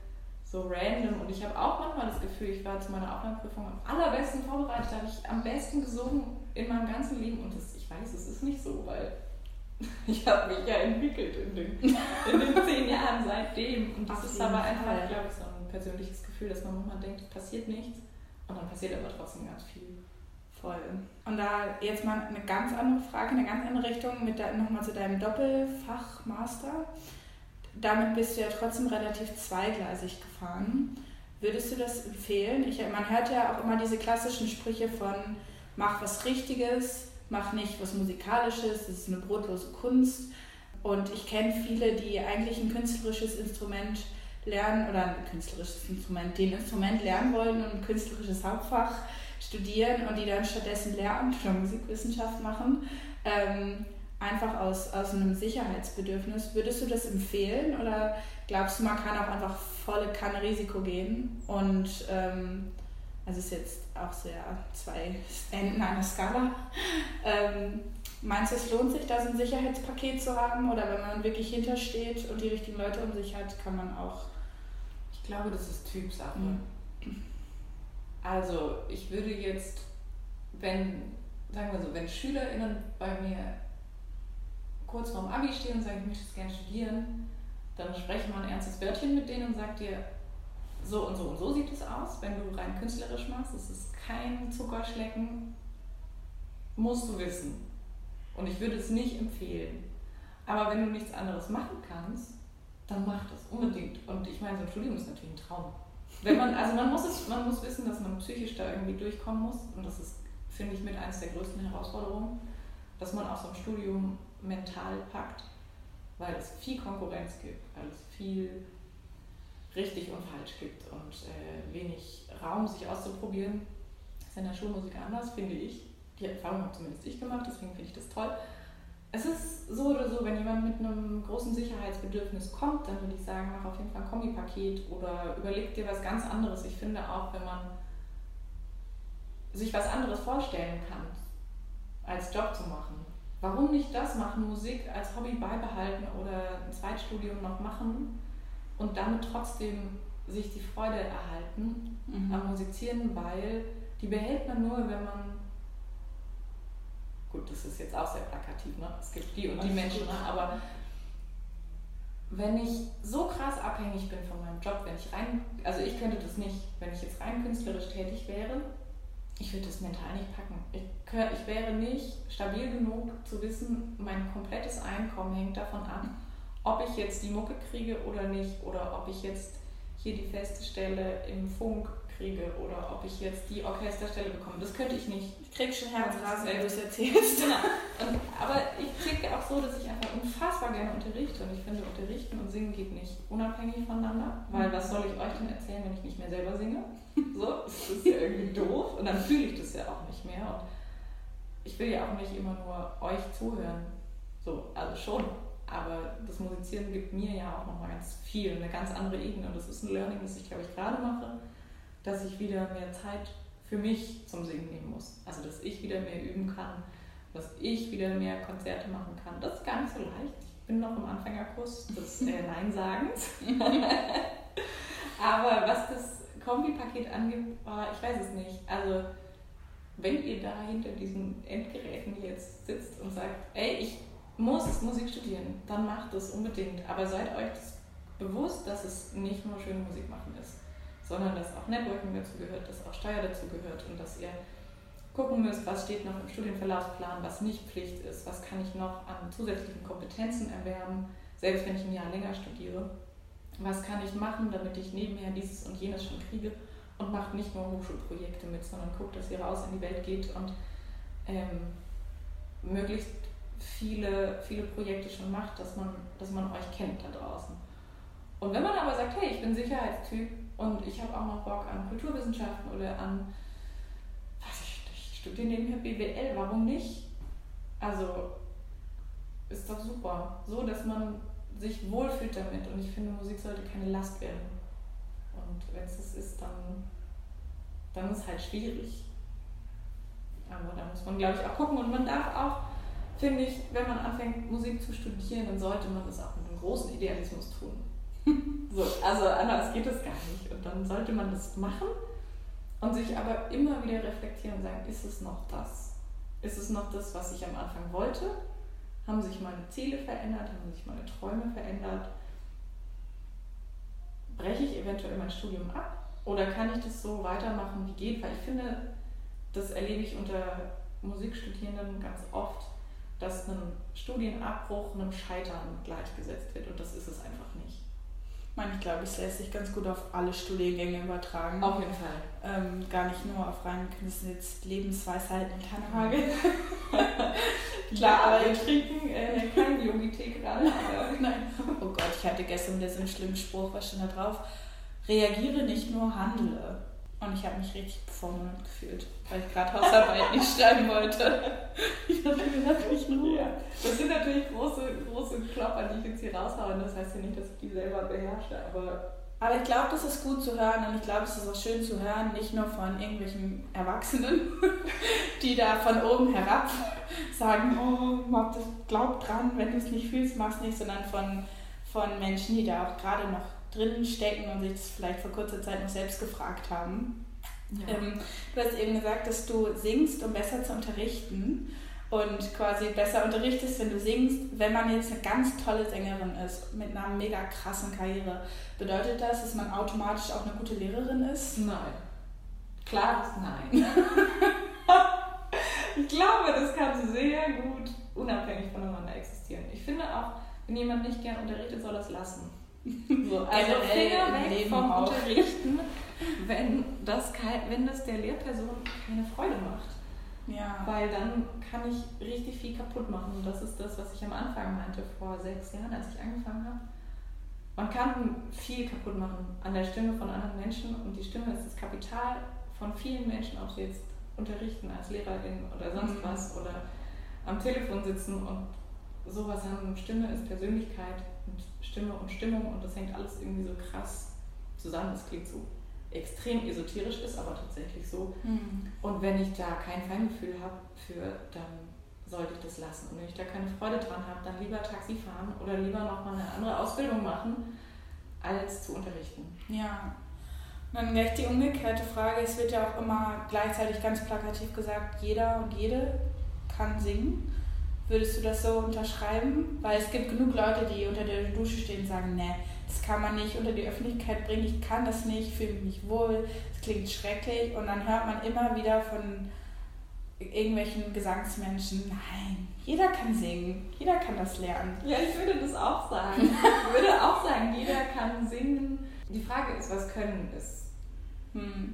so random. Und ich habe auch manchmal das Gefühl, ich war zu meiner Aufnahmeprüfung am allerbesten vorbereitet, da habe ich am besten gesungen in meinem ganzen Leben. Und das, ich weiß, es ist nicht so, weil ich habe mich ja entwickelt in den, in den zehn Jahren seitdem. Und das Auf ist aber einfach, Fall. glaube ich, so ein persönliches Gefühl, dass man manchmal denkt, es passiert nichts. Und dann passiert aber trotzdem ganz viel. Voll. Und da jetzt mal eine ganz andere Frage, eine ganz andere Richtung, mit nochmal zu deinem Doppelfachmaster. Damit bist du ja trotzdem relativ zweigleisig gefahren. Würdest du das empfehlen? Ich, man hört ja auch immer diese klassischen Sprüche von mach was Richtiges, mach nicht was Musikalisches, das ist eine brotlose Kunst. Und ich kenne viele, die eigentlich ein künstlerisches Instrument lernen oder ein künstlerisches Instrument, den Instrument lernen wollen und ein künstlerisches Hauptfach studieren und die dann stattdessen Lehramt oder Musikwissenschaft machen, ähm, einfach aus, aus einem Sicherheitsbedürfnis. Würdest du das empfehlen oder glaubst du, man kann auch einfach volle Kanne Risiko gehen? Und ähm, also ist jetzt auch sehr zwei Enden einer Skala. Ähm, meinst du, es lohnt sich, da so ein Sicherheitspaket zu haben? Oder wenn man wirklich hintersteht und die richtigen Leute um sich hat, kann man auch... Ich glaube, das ist Typsache. Mhm. Also ich würde jetzt, wenn, sagen wir so, wenn SchülerInnen bei mir kurz vorm Abi stehen und sagen, ich möchte es gerne studieren, dann spreche ich mal ein ernstes Wörtchen mit denen und sage dir, so und so und so sieht es aus, wenn du rein künstlerisch machst, es ist kein Zuckerschlecken, musst du wissen. Und ich würde es nicht empfehlen. Aber wenn du nichts anderes machen kannst, dann mach das unbedingt. Und ich meine, so ein Studium ist natürlich ein Traum. Wenn man, also man muss es, man muss wissen, dass man psychisch da irgendwie durchkommen muss. Und das ist, finde ich, mit eines der größten Herausforderungen, dass man auch so ein Studium mental packt, weil es viel Konkurrenz gibt, weil es viel richtig und falsch gibt und äh, wenig Raum, sich auszuprobieren. Das ist in der Schulmusik anders, finde ich. Die Erfahrung habe zumindest ich gemacht, deswegen finde ich das toll. Es ist so oder so, wenn jemand mit einem großen Sicherheitsbedürfnis kommt, dann würde ich sagen, mach auf jeden Fall ein Kombipaket oder überleg dir was ganz anderes. Ich finde auch, wenn man sich was anderes vorstellen kann, als Job zu machen, warum nicht das machen, Musik als Hobby beibehalten oder ein Zweitstudium noch machen und damit trotzdem sich die Freude erhalten mhm. am Musizieren, weil die behält man nur, wenn man... Gut, das ist jetzt auch sehr plakativ, ne? Es gibt die und die Menschen, ne? Aber wenn ich so krass abhängig bin von meinem Job, wenn ich rein, also ich könnte das nicht, wenn ich jetzt rein künstlerisch tätig wäre, ich würde das mental nicht packen. Ich, ich wäre nicht stabil genug zu wissen, mein komplettes Einkommen hängt davon ab, ob ich jetzt die Mucke kriege oder nicht, oder ob ich jetzt hier die feste Stelle im Funk kriege oder ob ich jetzt die Orchesterstelle bekomme. Das könnte ich nicht. Ich krieg schon Herzrasen, wenn du es erzählst. Genau. Und, aber ich ticke auch so, dass ich einfach unfassbar gerne unterrichte und ich finde, Unterrichten und Singen geht nicht unabhängig voneinander, weil was soll ich euch denn erzählen, wenn ich nicht mehr selber singe? So, das ist ja irgendwie doof und dann fühle ich das ja auch nicht mehr und ich will ja auch nicht immer nur euch zuhören. So, also schon. Aber das Musizieren gibt mir ja auch nochmal ganz viel, eine ganz andere Ebene und das ist ein Learning, das ich glaube ich gerade mache, dass ich wieder mehr Zeit für mich zum Singen nehmen muss. Also dass ich wieder mehr üben kann, dass ich wieder mehr Konzerte machen kann. Das ist gar nicht so leicht. Ich bin noch im Anfängerkurs des äh, Nein-Sagens. Aber was das Kombipaket angeht, oh, ich weiß es nicht. Also wenn ihr da hinter diesen Endgeräten jetzt sitzt und sagt, ey, ich muss Musik studieren, dann macht das unbedingt. Aber seid euch das bewusst, dass es nicht nur schöne Musik machen ist, sondern dass auch Networking dazu gehört, dass auch Steuer dazu gehört und dass ihr gucken müsst, was steht noch im Studienverlaufsplan, was nicht Pflicht ist, was kann ich noch an zusätzlichen Kompetenzen erwerben, selbst wenn ich ein Jahr länger studiere. Was kann ich machen, damit ich nebenher dieses und jenes schon kriege und macht nicht nur Hochschulprojekte mit, sondern guckt, dass ihr raus in die Welt geht und ähm, möglichst viele, viele Projekte schon macht, dass man, dass man euch kennt da draußen. Und wenn man aber sagt, hey, ich bin Sicherheitstyp und ich habe auch noch Bock an Kulturwissenschaften oder an, was ich, ich studiere nebenher B W L, warum nicht? Also ist doch super, so dass man sich wohlfühlt damit und ich finde, Musik sollte keine Last werden. Und wenn es das ist, dann, dann ist es halt schwierig. Aber da muss man, glaube ich, auch gucken und man darf auch, finde ich, wenn man anfängt Musik zu studieren, dann sollte man das auch mit einem großen Idealismus tun. So, So, also anders geht es gar nicht. Und dann sollte man das machen und sich aber immer wieder reflektieren und sagen, ist es noch das? Ist es noch das, was ich am Anfang wollte? Haben sich meine Ziele verändert? Haben sich meine Träume verändert? Breche ich eventuell mein Studium ab? Oder kann ich das so weitermachen, wie geht? Weil ich finde, das erlebe ich unter Musikstudierenden ganz oft, dass ein Studienabbruch einem Scheitern gleichgesetzt wird. Und das ist es einfach nicht. Ich glaube, es lässt sich ganz gut auf alle Studiengänge übertragen. Auf jeden Fall. Ähm, gar nicht nur auf rein, das sind jetzt Lebensweisheiten und Tannehagel. Klar, aber wir trinken äh, kein Yogi-Tee gerade. Nein. Oh Gott, ich hatte gestern wieder so einen schlimmen Spruch, was stand da drauf? Reagiere nicht nur, handle. Und ich habe mich richtig bevormundet gefühlt, weil ich gerade Hausarbeit nicht schreiben wollte. Ich dachte, mir lass mich in Ruhe. Ja. Das sind natürlich große, große Klopper, die ich jetzt hier raushaue. Das heißt ja nicht, dass ich die selber beherrsche, aber... Aber ich glaube, das ist gut zu hören und ich glaube, es ist auch schön zu hören, nicht nur von irgendwelchen Erwachsenen, die da von oben herab sagen, oh, glaub dran, wenn du es nicht fühlst, mach's nicht, sondern von, von Menschen, die da auch gerade noch drin stecken und sich das vielleicht vor kurzer Zeit noch selbst gefragt haben. Ja. Ähm, du hast eben gesagt, dass du singst, um besser zu unterrichten und quasi besser unterrichtest, wenn du singst. Wenn man jetzt eine ganz tolle Sängerin ist, mit einer mega krassen Karriere, bedeutet das, dass man automatisch auch eine gute Lehrerin ist? Nein. Klares Nein. Ich glaube, das kann sehr gut unabhängig voneinander existieren. Ich finde auch, wenn jemand nicht gern unterrichtet, soll das lassen. So, also Finger weg vom auch. Unterrichten, wenn das, kein, wenn das der Lehrperson keine Freude macht. Ja. Weil dann kann ich richtig viel kaputt machen. Und das ist das, was ich am Anfang meinte, vor sechs Jahren, als ich angefangen habe. Man kann viel kaputt machen an der Stimme von anderen Menschen. Und die Stimme ist das Kapital von vielen Menschen, ob sie jetzt unterrichten als Lehrerin oder sonst mhm. was oder am Telefon sitzen und sowas haben. Stimme ist Persönlichkeit und Stimme und Stimmung und das hängt alles irgendwie so krass zusammen. Das klingt so extrem esoterisch, ist aber tatsächlich so. Mhm. Und wenn ich da kein Feingefühl habe für, dann sollte ich das lassen. Und wenn ich da keine Freude dran habe, dann lieber Taxi fahren oder lieber nochmal eine andere Ausbildung machen, als zu unterrichten. Ja. Und dann gleich die umgekehrte Frage, es wird ja auch immer gleichzeitig ganz plakativ gesagt, jeder und jede kann singen. Würdest du das so unterschreiben? Weil es gibt genug Leute, die unter der Dusche stehen und sagen, ne, das kann man nicht unter die Öffentlichkeit bringen, ich kann das nicht, fühle mich nicht wohl, es klingt schrecklich. Und dann hört man immer wieder von irgendwelchen Gesangsmenschen, nein, jeder kann singen, jeder kann das lernen. Ja, ich würde das auch sagen. Ich würde auch sagen, jeder kann singen. Die Frage ist, was Können ist. Hm.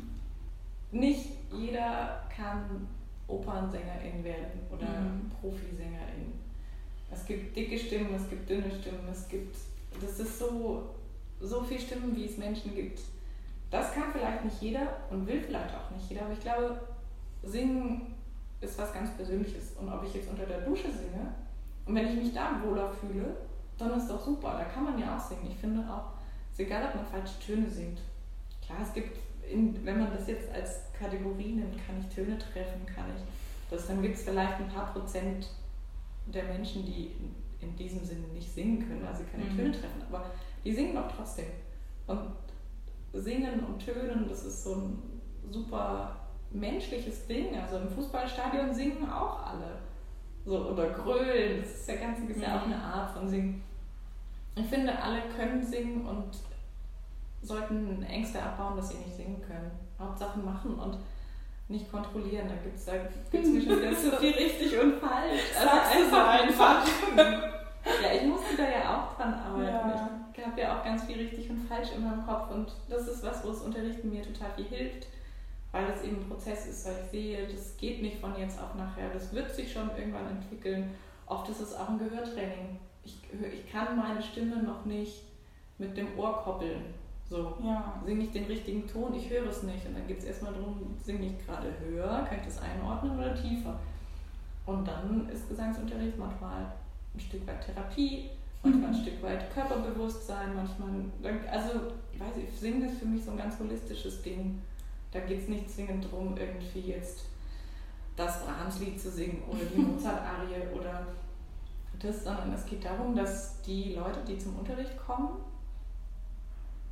Nicht jeder kann Opernsängerin werden oder mhm. Profisängerin. Es gibt dicke Stimmen, es gibt dünne Stimmen, es gibt, das ist so, so viele Stimmen, wie es Menschen gibt. Das kann vielleicht nicht jeder und will vielleicht auch nicht jeder, aber ich glaube, Singen ist was ganz Persönliches. Und ob ich jetzt unter der Dusche singe und wenn ich mich da wohler fühle, dann ist doch super, da kann man ja auch singen. Ich finde auch, es ist egal, ob man falsche Töne singt. Klar, es gibt In, wenn man das jetzt als Kategorie nimmt, kann ich Töne treffen, kann ich das, dann gibt es vielleicht ein paar Prozent der Menschen, die in, in diesem Sinne nicht singen können, weil sie keine mhm. Töne treffen, aber die singen doch trotzdem. Und Singen und Tönen, das ist so ein super menschliches Ding. Also im Fußballstadion singen auch alle. So, oder grölen, das ist ja ganz das ist ja auch eine Art von Singen. Ich finde, alle können singen und sollten Ängste abbauen, dass sie nicht singen können. Hauptsache machen und nicht kontrollieren. Da gibt es da gibt's mir schon wieder zu viel richtig und falsch. Also einfach, einfach. Ja, ich musste da ja auch dran arbeiten. Ja. Ich habe ja auch ganz viel richtig und falsch in meinem Kopf und das ist was, wo das Unterrichten mir total viel hilft, weil es eben ein Prozess ist, weil ich sehe, das geht nicht von jetzt auf nachher. Das wird sich schon irgendwann entwickeln. Oft ist es auch ein Gehörtraining. Ich, ich kann meine Stimme noch nicht mit dem Ohr koppeln. So, ja. Singe ich den richtigen Ton, ich höre es nicht. Und dann geht es erstmal darum, singe ich gerade höher, kann ich das einordnen oder tiefer? Und dann ist Gesangsunterricht manchmal ein Stück weit Therapie, manchmal ein Stück weit Körperbewusstsein, manchmal, also ich weiß nicht, Singen ist für mich so ein ganz holistisches Ding. Da geht es nicht zwingend darum, irgendwie jetzt das Brahms-Lied zu singen oder die Mozart-Arie oder das, sondern es geht darum, dass die Leute, die zum Unterricht kommen,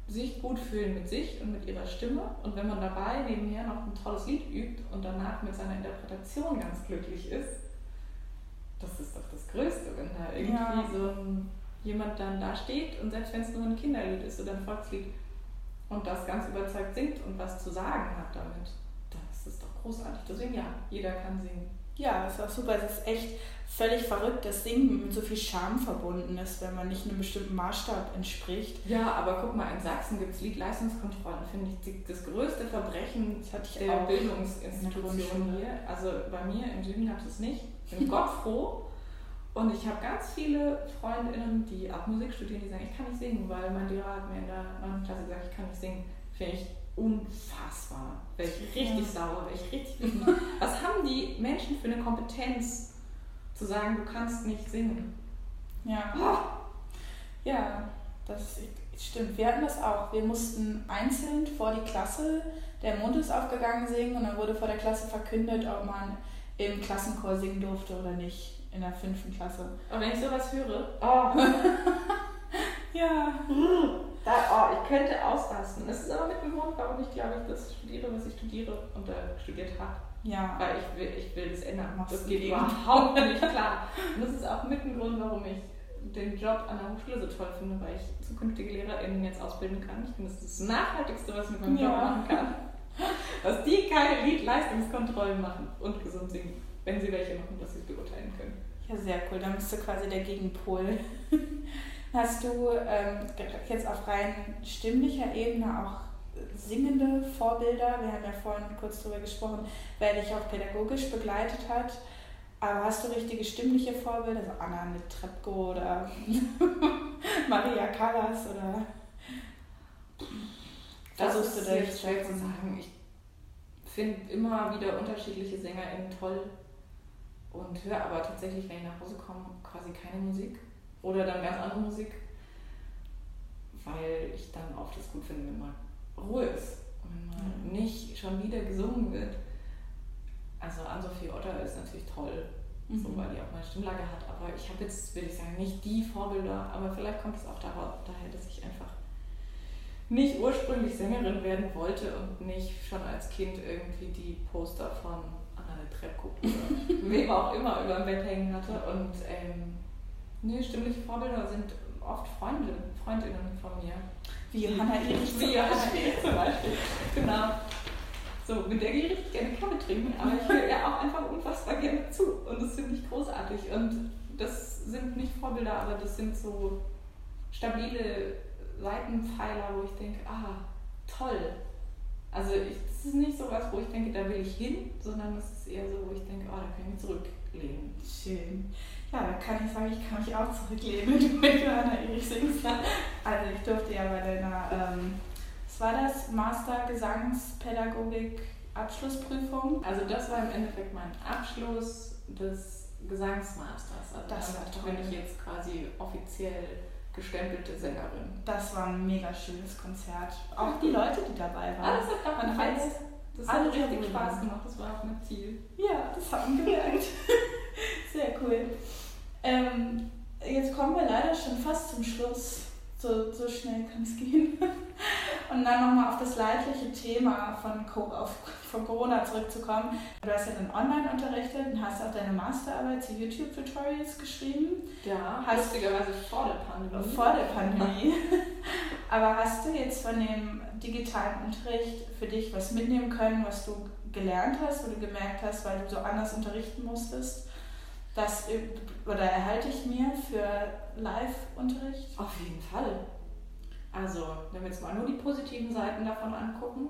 sich gut fühlen mit sich und mit ihrer Stimme. Und wenn man dabei nebenher noch ein tolles Lied übt und danach mit seiner Interpretation ganz glücklich ist, das ist doch das Größte, wenn da irgendwie ja. so ein, jemand dann da steht und selbst wenn es nur ein Kinderlied ist oder ein Volkslied und das ganz überzeugt singt und was zu sagen hat damit, dann ist das doch großartig. Deswegen ja, jeder kann singen. Ja, das ist auch super. Es ist echt völlig verrückt, dass Singen mit so viel Scham verbunden ist, wenn man nicht einem bestimmten Maßstab entspricht. Ja, aber guck mal, in Sachsen gibt es Liedleistungskontrollen, finde ich das größte Verbrechen der Bildungsinstitutionen hier. Also bei mir im Süden gab es es nicht. Ich bin Gott froh. Und ich habe ganz viele Freundinnen, die auch Musik studieren, die sagen, ich kann nicht singen, weil mein Lehrer hat mir in der neunten Klasse gesagt, ich kann nicht singen. Finde ich unfassbar. Wäre ich richtig ja. sauer, wäre ich richtig wütend. Was haben die Menschen für eine Kompetenz, zu sagen, du kannst nicht singen? Ja. Oh. Ja, das stimmt. Wir hatten das auch. Wir mussten einzeln vor die Klasse, der Mond ist aufgegangen, singen und dann wurde vor der Klasse verkündet, ob man im Klassenchor singen durfte oder nicht. In der fünften Klasse. Und wenn ich sowas höre, oh. ja. Da, oh, ich könnte ausrasten. Das ist aber mit dem Grund, warum ich glaube ich das studiere, was ich studiere und äh, studiert habe. Ja. Weil ich will, ich will das ändern. Machst das geht überhaupt nicht klar. Und das ist auch mit dem Grund, warum ich den Job an der Hochschule so toll finde, weil ich zukünftige LehrerInnen jetzt ausbilden kann. Ich finde, das ist das Nachhaltigste, was ich mit meinem ja. Job machen kann. Dass die keine Liedleistungskontrollen machen und gesund singen. Wenn sie welche machen, dass sie es beurteilen können. Ja, sehr cool. Dann bist du quasi der Gegenpol. Hast du ähm, jetzt auf rein stimmlicher Ebene auch singende Vorbilder? Wir haben ja vorhin kurz darüber gesprochen, wer dich auch pädagogisch begleitet hat. Aber hast du richtige stimmliche Vorbilder? Also Anna Netrebko oder Maria Callas oder das versuchst du da jetzt schwer zu sagen. Ich finde immer wieder unterschiedliche SängerInnen toll. Und höre aber tatsächlich, wenn ich nach Hause komme, quasi keine Musik oder dann ganz andere Musik, weil ich dann oft das gut finde, wenn mal Ruhe ist und wenn mal mhm. nicht schon wieder gesungen wird. Also Ann-Sophie Otter ist natürlich toll, mhm. so, weil die auch meine Stimmlage hat, aber ich habe jetzt, will ich sagen, nicht die Vorbilder, aber vielleicht kommt es auch daher, dass ich einfach nicht ursprünglich Sängerin werden wollte und nicht schon als Kind irgendwie die Poster von Netrebko oder wem auch immer über dem Bett hängen hatte. Und ähm, nee, stimmliche Vorbilder sind oft Freunde, Freundinnen von mir. Wie Johanna Erich Wie Johanna Erich zum Beispiel. Genau. So, mit der gehe ich richtig gerne Kaffee trinken, aber ich höre ja auch einfach unfassbar gerne zu. Und das finde ich großartig. Und das sind nicht Vorbilder, aber das sind so stabile Seitenpfeiler, wo ich denke, ah, toll. Also ich, das ist nicht so was, wo ich denke, da will ich hin, sondern es ist eher so, wo ich denke, oh, da kann ich mich zurücklehnen. Schön. Ja, da kann ich sagen, ich kann mich auch zurücklehnen, wenn du mit Johanna Erich singst. Also ich durfte ja bei deiner, ähm, was war das, Master Gesangspädagogik Abschlussprüfung? Also das war im Endeffekt mein Abschluss des Gesangsmasters. Also das war toll. Bin ich jetzt quasi offiziell gestempelte Sängerin. Das war ein mega schönes Konzert. Auch die Leute, die dabei waren. Alles hat auch alles, das hat alles richtig Spaß gemacht. Das war auch mein Ziel. Ja, das haben wir gemerkt. Sehr cool. Ähm, jetzt kommen wir leider schon fast zum Schluss. So, so schnell kann es gehen. Und dann nochmal auf das leidliche Thema von, auf, von Corona zurückzukommen. Du hast ja dann online unterrichtet und hast auch deine Masterarbeit zu YouTube-Tutorials geschrieben. Ja, hast lustigerweise vor der Pandemie. Vor der Pandemie. Aber hast du jetzt von dem digitalen Unterricht für dich was mitnehmen können, was du gelernt hast, wo du gemerkt hast, weil du so anders unterrichten musstest? Das oder erhalte ich mir für Live-Unterricht? Auf jeden Fall. Also, wenn wir jetzt mal nur die positiven Seiten davon angucken,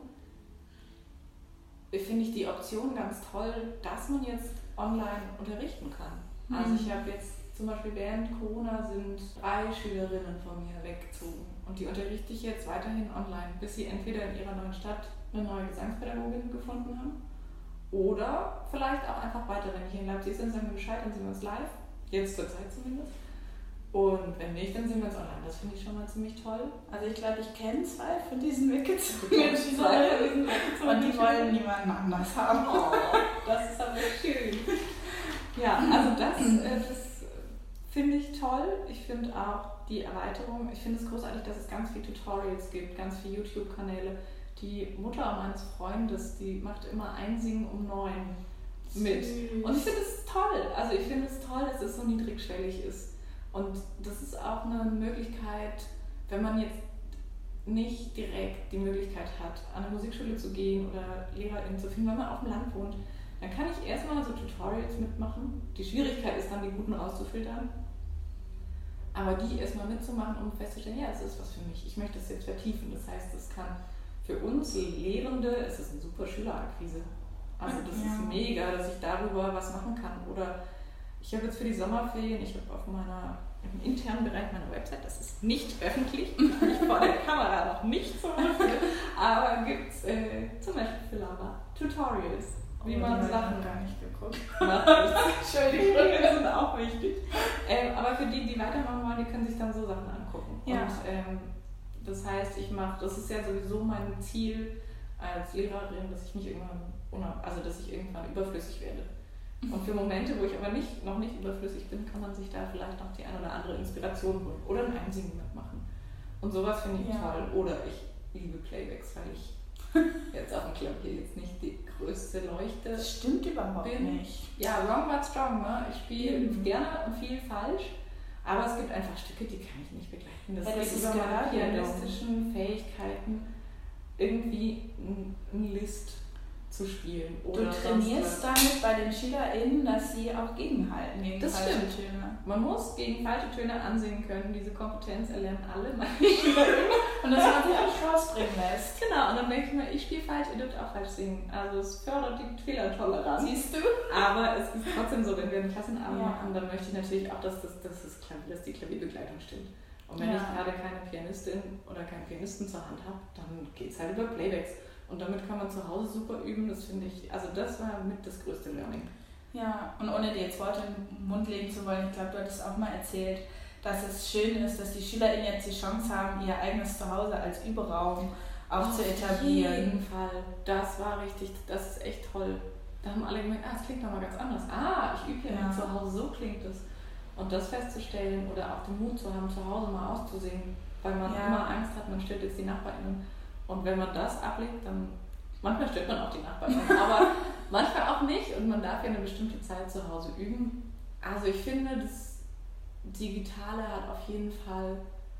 finde ich die Option ganz toll, dass man jetzt online unterrichten kann. Mhm. Also ich habe jetzt zum Beispiel während Corona sind drei Schülerinnen von mir weggezogen und die unterrichte ich jetzt weiterhin online, bis sie entweder in ihrer neuen Stadt eine neue Gesangspädagogin gefunden haben oder vielleicht auch einfach weiter, wenn die hier in Leipzig sind, sagen wir Bescheid, dann sind wir uns live, jetzt zur Zeit zumindest. Und wenn nicht, dann sind wir uns online. Das finde ich schon mal ziemlich toll. Also ich glaube, ich kenne zwei von diesen weggezogenen Schülerinnen und die wollen niemanden anders haben. Oh, das ist aber schön. Ja, also das, äh, das finde ich toll. Ich finde auch die Erweiterung. Ich finde es großartig, dass es ganz viele Tutorials gibt, ganz viele YouTube-Kanäle. Die Mutter meines Freundes, die macht immer Einsingen um neun mit. Süß. Und ich finde es toll. Also ich finde es toll, dass es so niedrigschwellig ist. Und das ist auch eine Möglichkeit, wenn man jetzt nicht direkt die Möglichkeit hat, an eine Musikschule zu gehen oder LehrerInnen zu finden, wenn man auf dem Land wohnt, dann kann ich erstmal so Tutorials mitmachen. Die Schwierigkeit ist dann, die guten rauszufiltern. Aber die erstmal mitzumachen, um festzustellen, ja, es ist was für mich. Ich möchte es jetzt vertiefen. Das heißt, es kann für uns Lehrende, es ist eine super Schülerakquise. Also das ja. ist mega, dass ich darüber was machen kann. Oder ich habe jetzt für die Sommerferien, ich habe auf meiner im internen Bereich meiner Website, das ist nicht öffentlich, ich bin vor der Kamera noch nicht so dafür, aber gibt es äh, zum Beispiel für Lara Tutorials, wie oh, man Sachen gar nicht geguckt. Entschuldigung, die sind auch wichtig. Ähm, aber für die, die weitermachen wollen, die können sich dann so Sachen angucken. Ja. Und ähm, das heißt, ich mache, das ist ja sowieso mein Ziel als Lehrerin, dass ich nicht irgendwann, also dass ich irgendwann überflüssig werde. Und für Momente, wo ich aber nicht, noch nicht überflüssig bin, kann man sich da vielleicht noch die eine oder andere Inspiration holen oder ein Einsingen mitmachen. Und sowas finde ich ja. toll. Oder ich liebe Playbacks, weil ich jetzt auf dem Klavier jetzt nicht die größte Leuchte das stimmt überhaupt bin. nicht. Ja, wrong but strong. Ne? Ich spiele mhm. gerne und viel falsch, aber es gibt einfach Stücke, die kann ich nicht begleiten. Das, ja, das ist über meine pianistischen Fähigkeiten, irgendwie ein List zu spielen. Oder du trainierst damit bei den SchülerInnen, dass sie auch gegenhalten gegen das falsche stimmt. Töne. Man muss gegen falsche Töne ansingen können. Diese Kompetenz erlernen alle meine SchülerInnen. Und dass man sich nicht rausbringen lässt. Genau, und dann denke ich mir, ich spiele falsch, ihr dürft auch falsch singen. Also es fördert die Fehlertoleranz. Siehst du? Aber es ist trotzdem so, wenn wir einen Klassenabend ja. machen, dann möchte ich natürlich auch, dass, das, dass, das Klavier, dass die Klavierbegleitung stimmt. Und wenn ja. ich gerade keine Pianistin oder keinen Pianisten zur Hand habe, dann geht es halt über Playbacks. Und damit kann man zu Hause super üben, das finde ich, also das war mit das größte Learning. Ja, und ohne dir jetzt Worte im Mund legen zu wollen, ich glaube, du hattest auch mal erzählt, dass es schön ist, dass die SchülerInnen jetzt die Chance haben, ihr eigenes Zuhause als Überraum auch zu etablieren. Auf jeden Fall, das war richtig, das ist echt toll. Da haben alle gemerkt, ah, es klingt nochmal ganz anders. Ah, ich übe hier ja. zu Hause, so klingt es. Und das festzustellen oder auch den Mut zu haben, zu Hause mal auszusingen, weil man ja. immer Angst hat, man stellt jetzt die NachbarInnen. Und wenn man das ablegt, dann manchmal stört man auch die Nachbarn, aber manchmal auch nicht und man darf ja eine bestimmte Zeit zu Hause üben. Also ich finde, das Digitale hat auf jeden Fall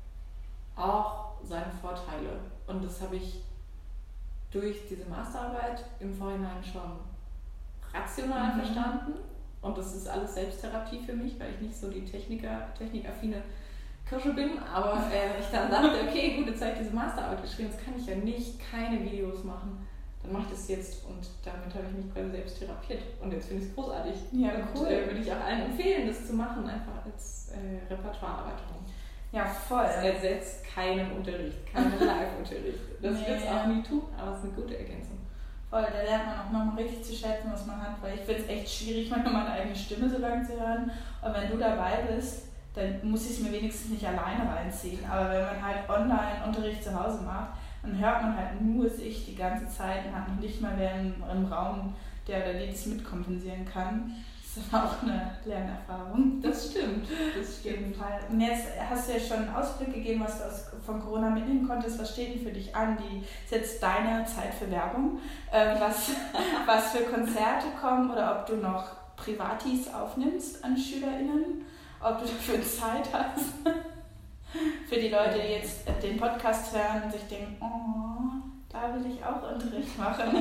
auch seine Vorteile und das habe ich durch diese Masterarbeit im Vorhinein schon rational mhm. verstanden und das ist alles Selbsttherapie für mich, weil ich nicht so die Techniker, technikaffine Kirsche bin, aber äh, ich dann dachte, okay, gut, jetzt habe ich diese Masterarbeit geschrieben, jetzt kann ich ja nicht keine Videos machen, dann mache ich das jetzt und damit habe ich mich quasi selbst therapiert und jetzt finde ich es großartig. Ja, und cool. äh, würde ich auch allen empfehlen, das zu machen, einfach als äh, Repertoireerweiterung. Ja, voll. Das ersetzt keinen Unterricht, keinen Live-Unterricht. Das nee. wird es auch nie tun, aber es ist eine gute Ergänzung. Voll, da lernt man auch nochmal richtig zu schätzen, was man hat, weil ich finde es echt schwierig, manchmal meine eigene Stimme so lange zu hören, und wenn du dabei bist, dann muss ich es mir wenigstens nicht alleine reinziehen. Aber wenn man halt Online-Unterricht zu Hause macht, dann hört man halt nur sich die ganze Zeit und hat noch nicht mal wer im, im Raum, der oder die das mitkompensieren kann. Das ist auch eine Lernerfahrung. Das stimmt. Das auf jeden Fall. Und jetzt hast du ja schon einen Ausblick gegeben, was du aus, von Corona mitnehmen konntest. Was steht denn für dich an? Die ist jetzt deine Zeit für Werbung. Ähm, was, was für Konzerte kommen oder ob du noch Privatis aufnimmst an SchülerInnen? Ob du dafür Zeit hast. Für die Leute, die jetzt den Podcast hören und sich denken, oh, da will ich auch Unterricht machen.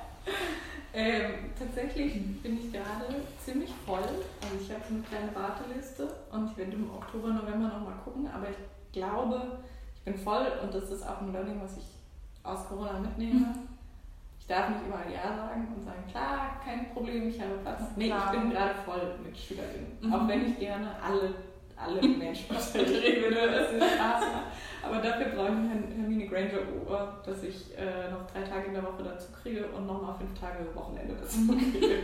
ähm, tatsächlich bin ich gerade ziemlich voll. Also ich habe so eine kleine Warteliste und ich werde im Oktober, November nochmal gucken. Aber ich glaube, ich bin voll und das ist auch ein Learning, was ich aus Corona mitnehme. Mhm. Ich darf nicht überall Ja sagen und sagen, klar, kein Problem, ich habe Platz. Nee, klar. Ich bin gerade voll mit SchülerInnen. Mhm. Auch wenn ich gerne alle, alle Menschen reden würde, das ist Spaß. Aber dafür brauche ich ein Hermine Granger-Uhr, dass ich äh, noch drei Tage in der Woche dazu kriege und nochmal fünf Tage Wochenende dazu kriege.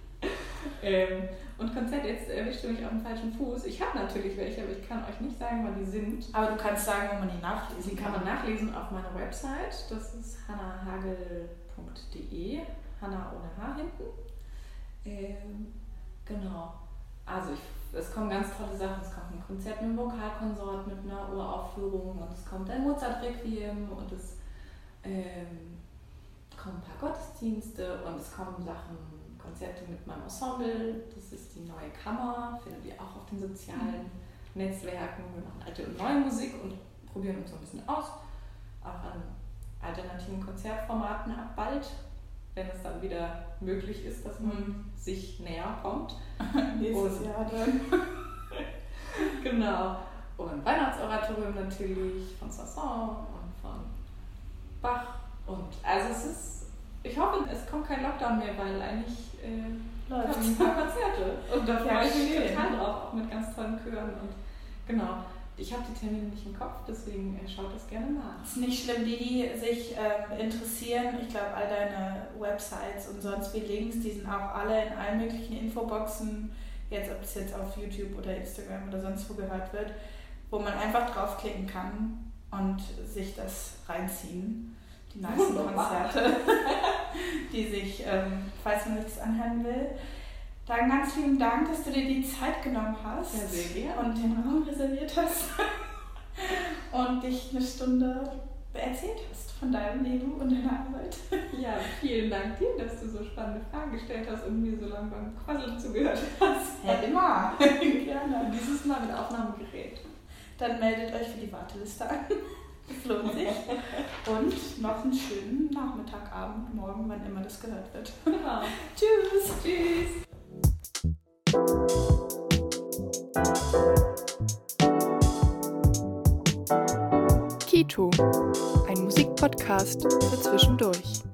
ähm, und Konzert, jetzt erwischt ihr mich auf dem falschen Fuß. Ich habe natürlich welche, aber ich kann euch nicht sagen, wann die sind. Aber du kannst sagen, wo man die nachlesen kann. Die kann man nachlesen auf meiner Website. Das ist hanna hagel punkt de. Hanna ohne H hinten. Ähm, genau. also ich, es kommen ganz tolle Sachen. Es kommt ein Konzert mit dem Vokalkonsort, mit einer Uraufführung und es kommt ein Mozart-Requiem und es ähm, kommen ein paar Gottesdienste und es kommen Sachen, Konzerte mit meinem Ensemble. Das ist die Neue Kammer, findet ihr auch auf den sozialen Netzwerken. Wir machen alte und neue Musik und probieren uns so ein bisschen aus. Auch an alternativen Konzertformaten ab bald, wenn es dann wieder möglich ist, dass man mhm. sich näher kommt. Nächstes und, Jahr dann. Genau. Und Weihnachtsoratorium natürlich von Sanson und von Bach. Und also es ist, ich hoffe, es kommt kein Lockdown mehr, weil eigentlich äh, läuft ein paar Konzerte. Und da freue ich mich schön. total drauf, auch mit ganz tollen Chören. Und genau. Ich habe die Termine nicht im Kopf, deswegen schaut das gerne nach. Es ist nicht schlimm, die, die sich ähm, interessieren. Ich glaube, all deine Websites und sonst wie Links, die sind auch alle in allen möglichen Infoboxen, jetzt ob es jetzt auf YouTube oder Instagram oder sonst wo gehört wird, wo man einfach draufklicken kann und sich das reinziehen. Die neuesten Konzerte, die sich, ähm, falls man sich das anhören will. Dann ganz vielen Dank, dass du dir die Zeit genommen hast ja, sehr gerne. und den Raum reserviert hast und dich eine Stunde erzählt hast von deinem Leben und deiner Arbeit. Ja, vielen Dank dir, dass du so spannende Fragen gestellt hast und mir so lange beim Quasseln zugehört hast. Ja, immer. Gerne. Und dieses Mal mit Aufnahmegerät. Dann meldet euch für die Warteliste an. Es lohnt sich. Und noch einen schönen Nachmittag, Abend, Morgen, wann immer das gehört wird. Genau. Tschüss. Tschüss. Kito, ein Musikpodcast für zwischendurch.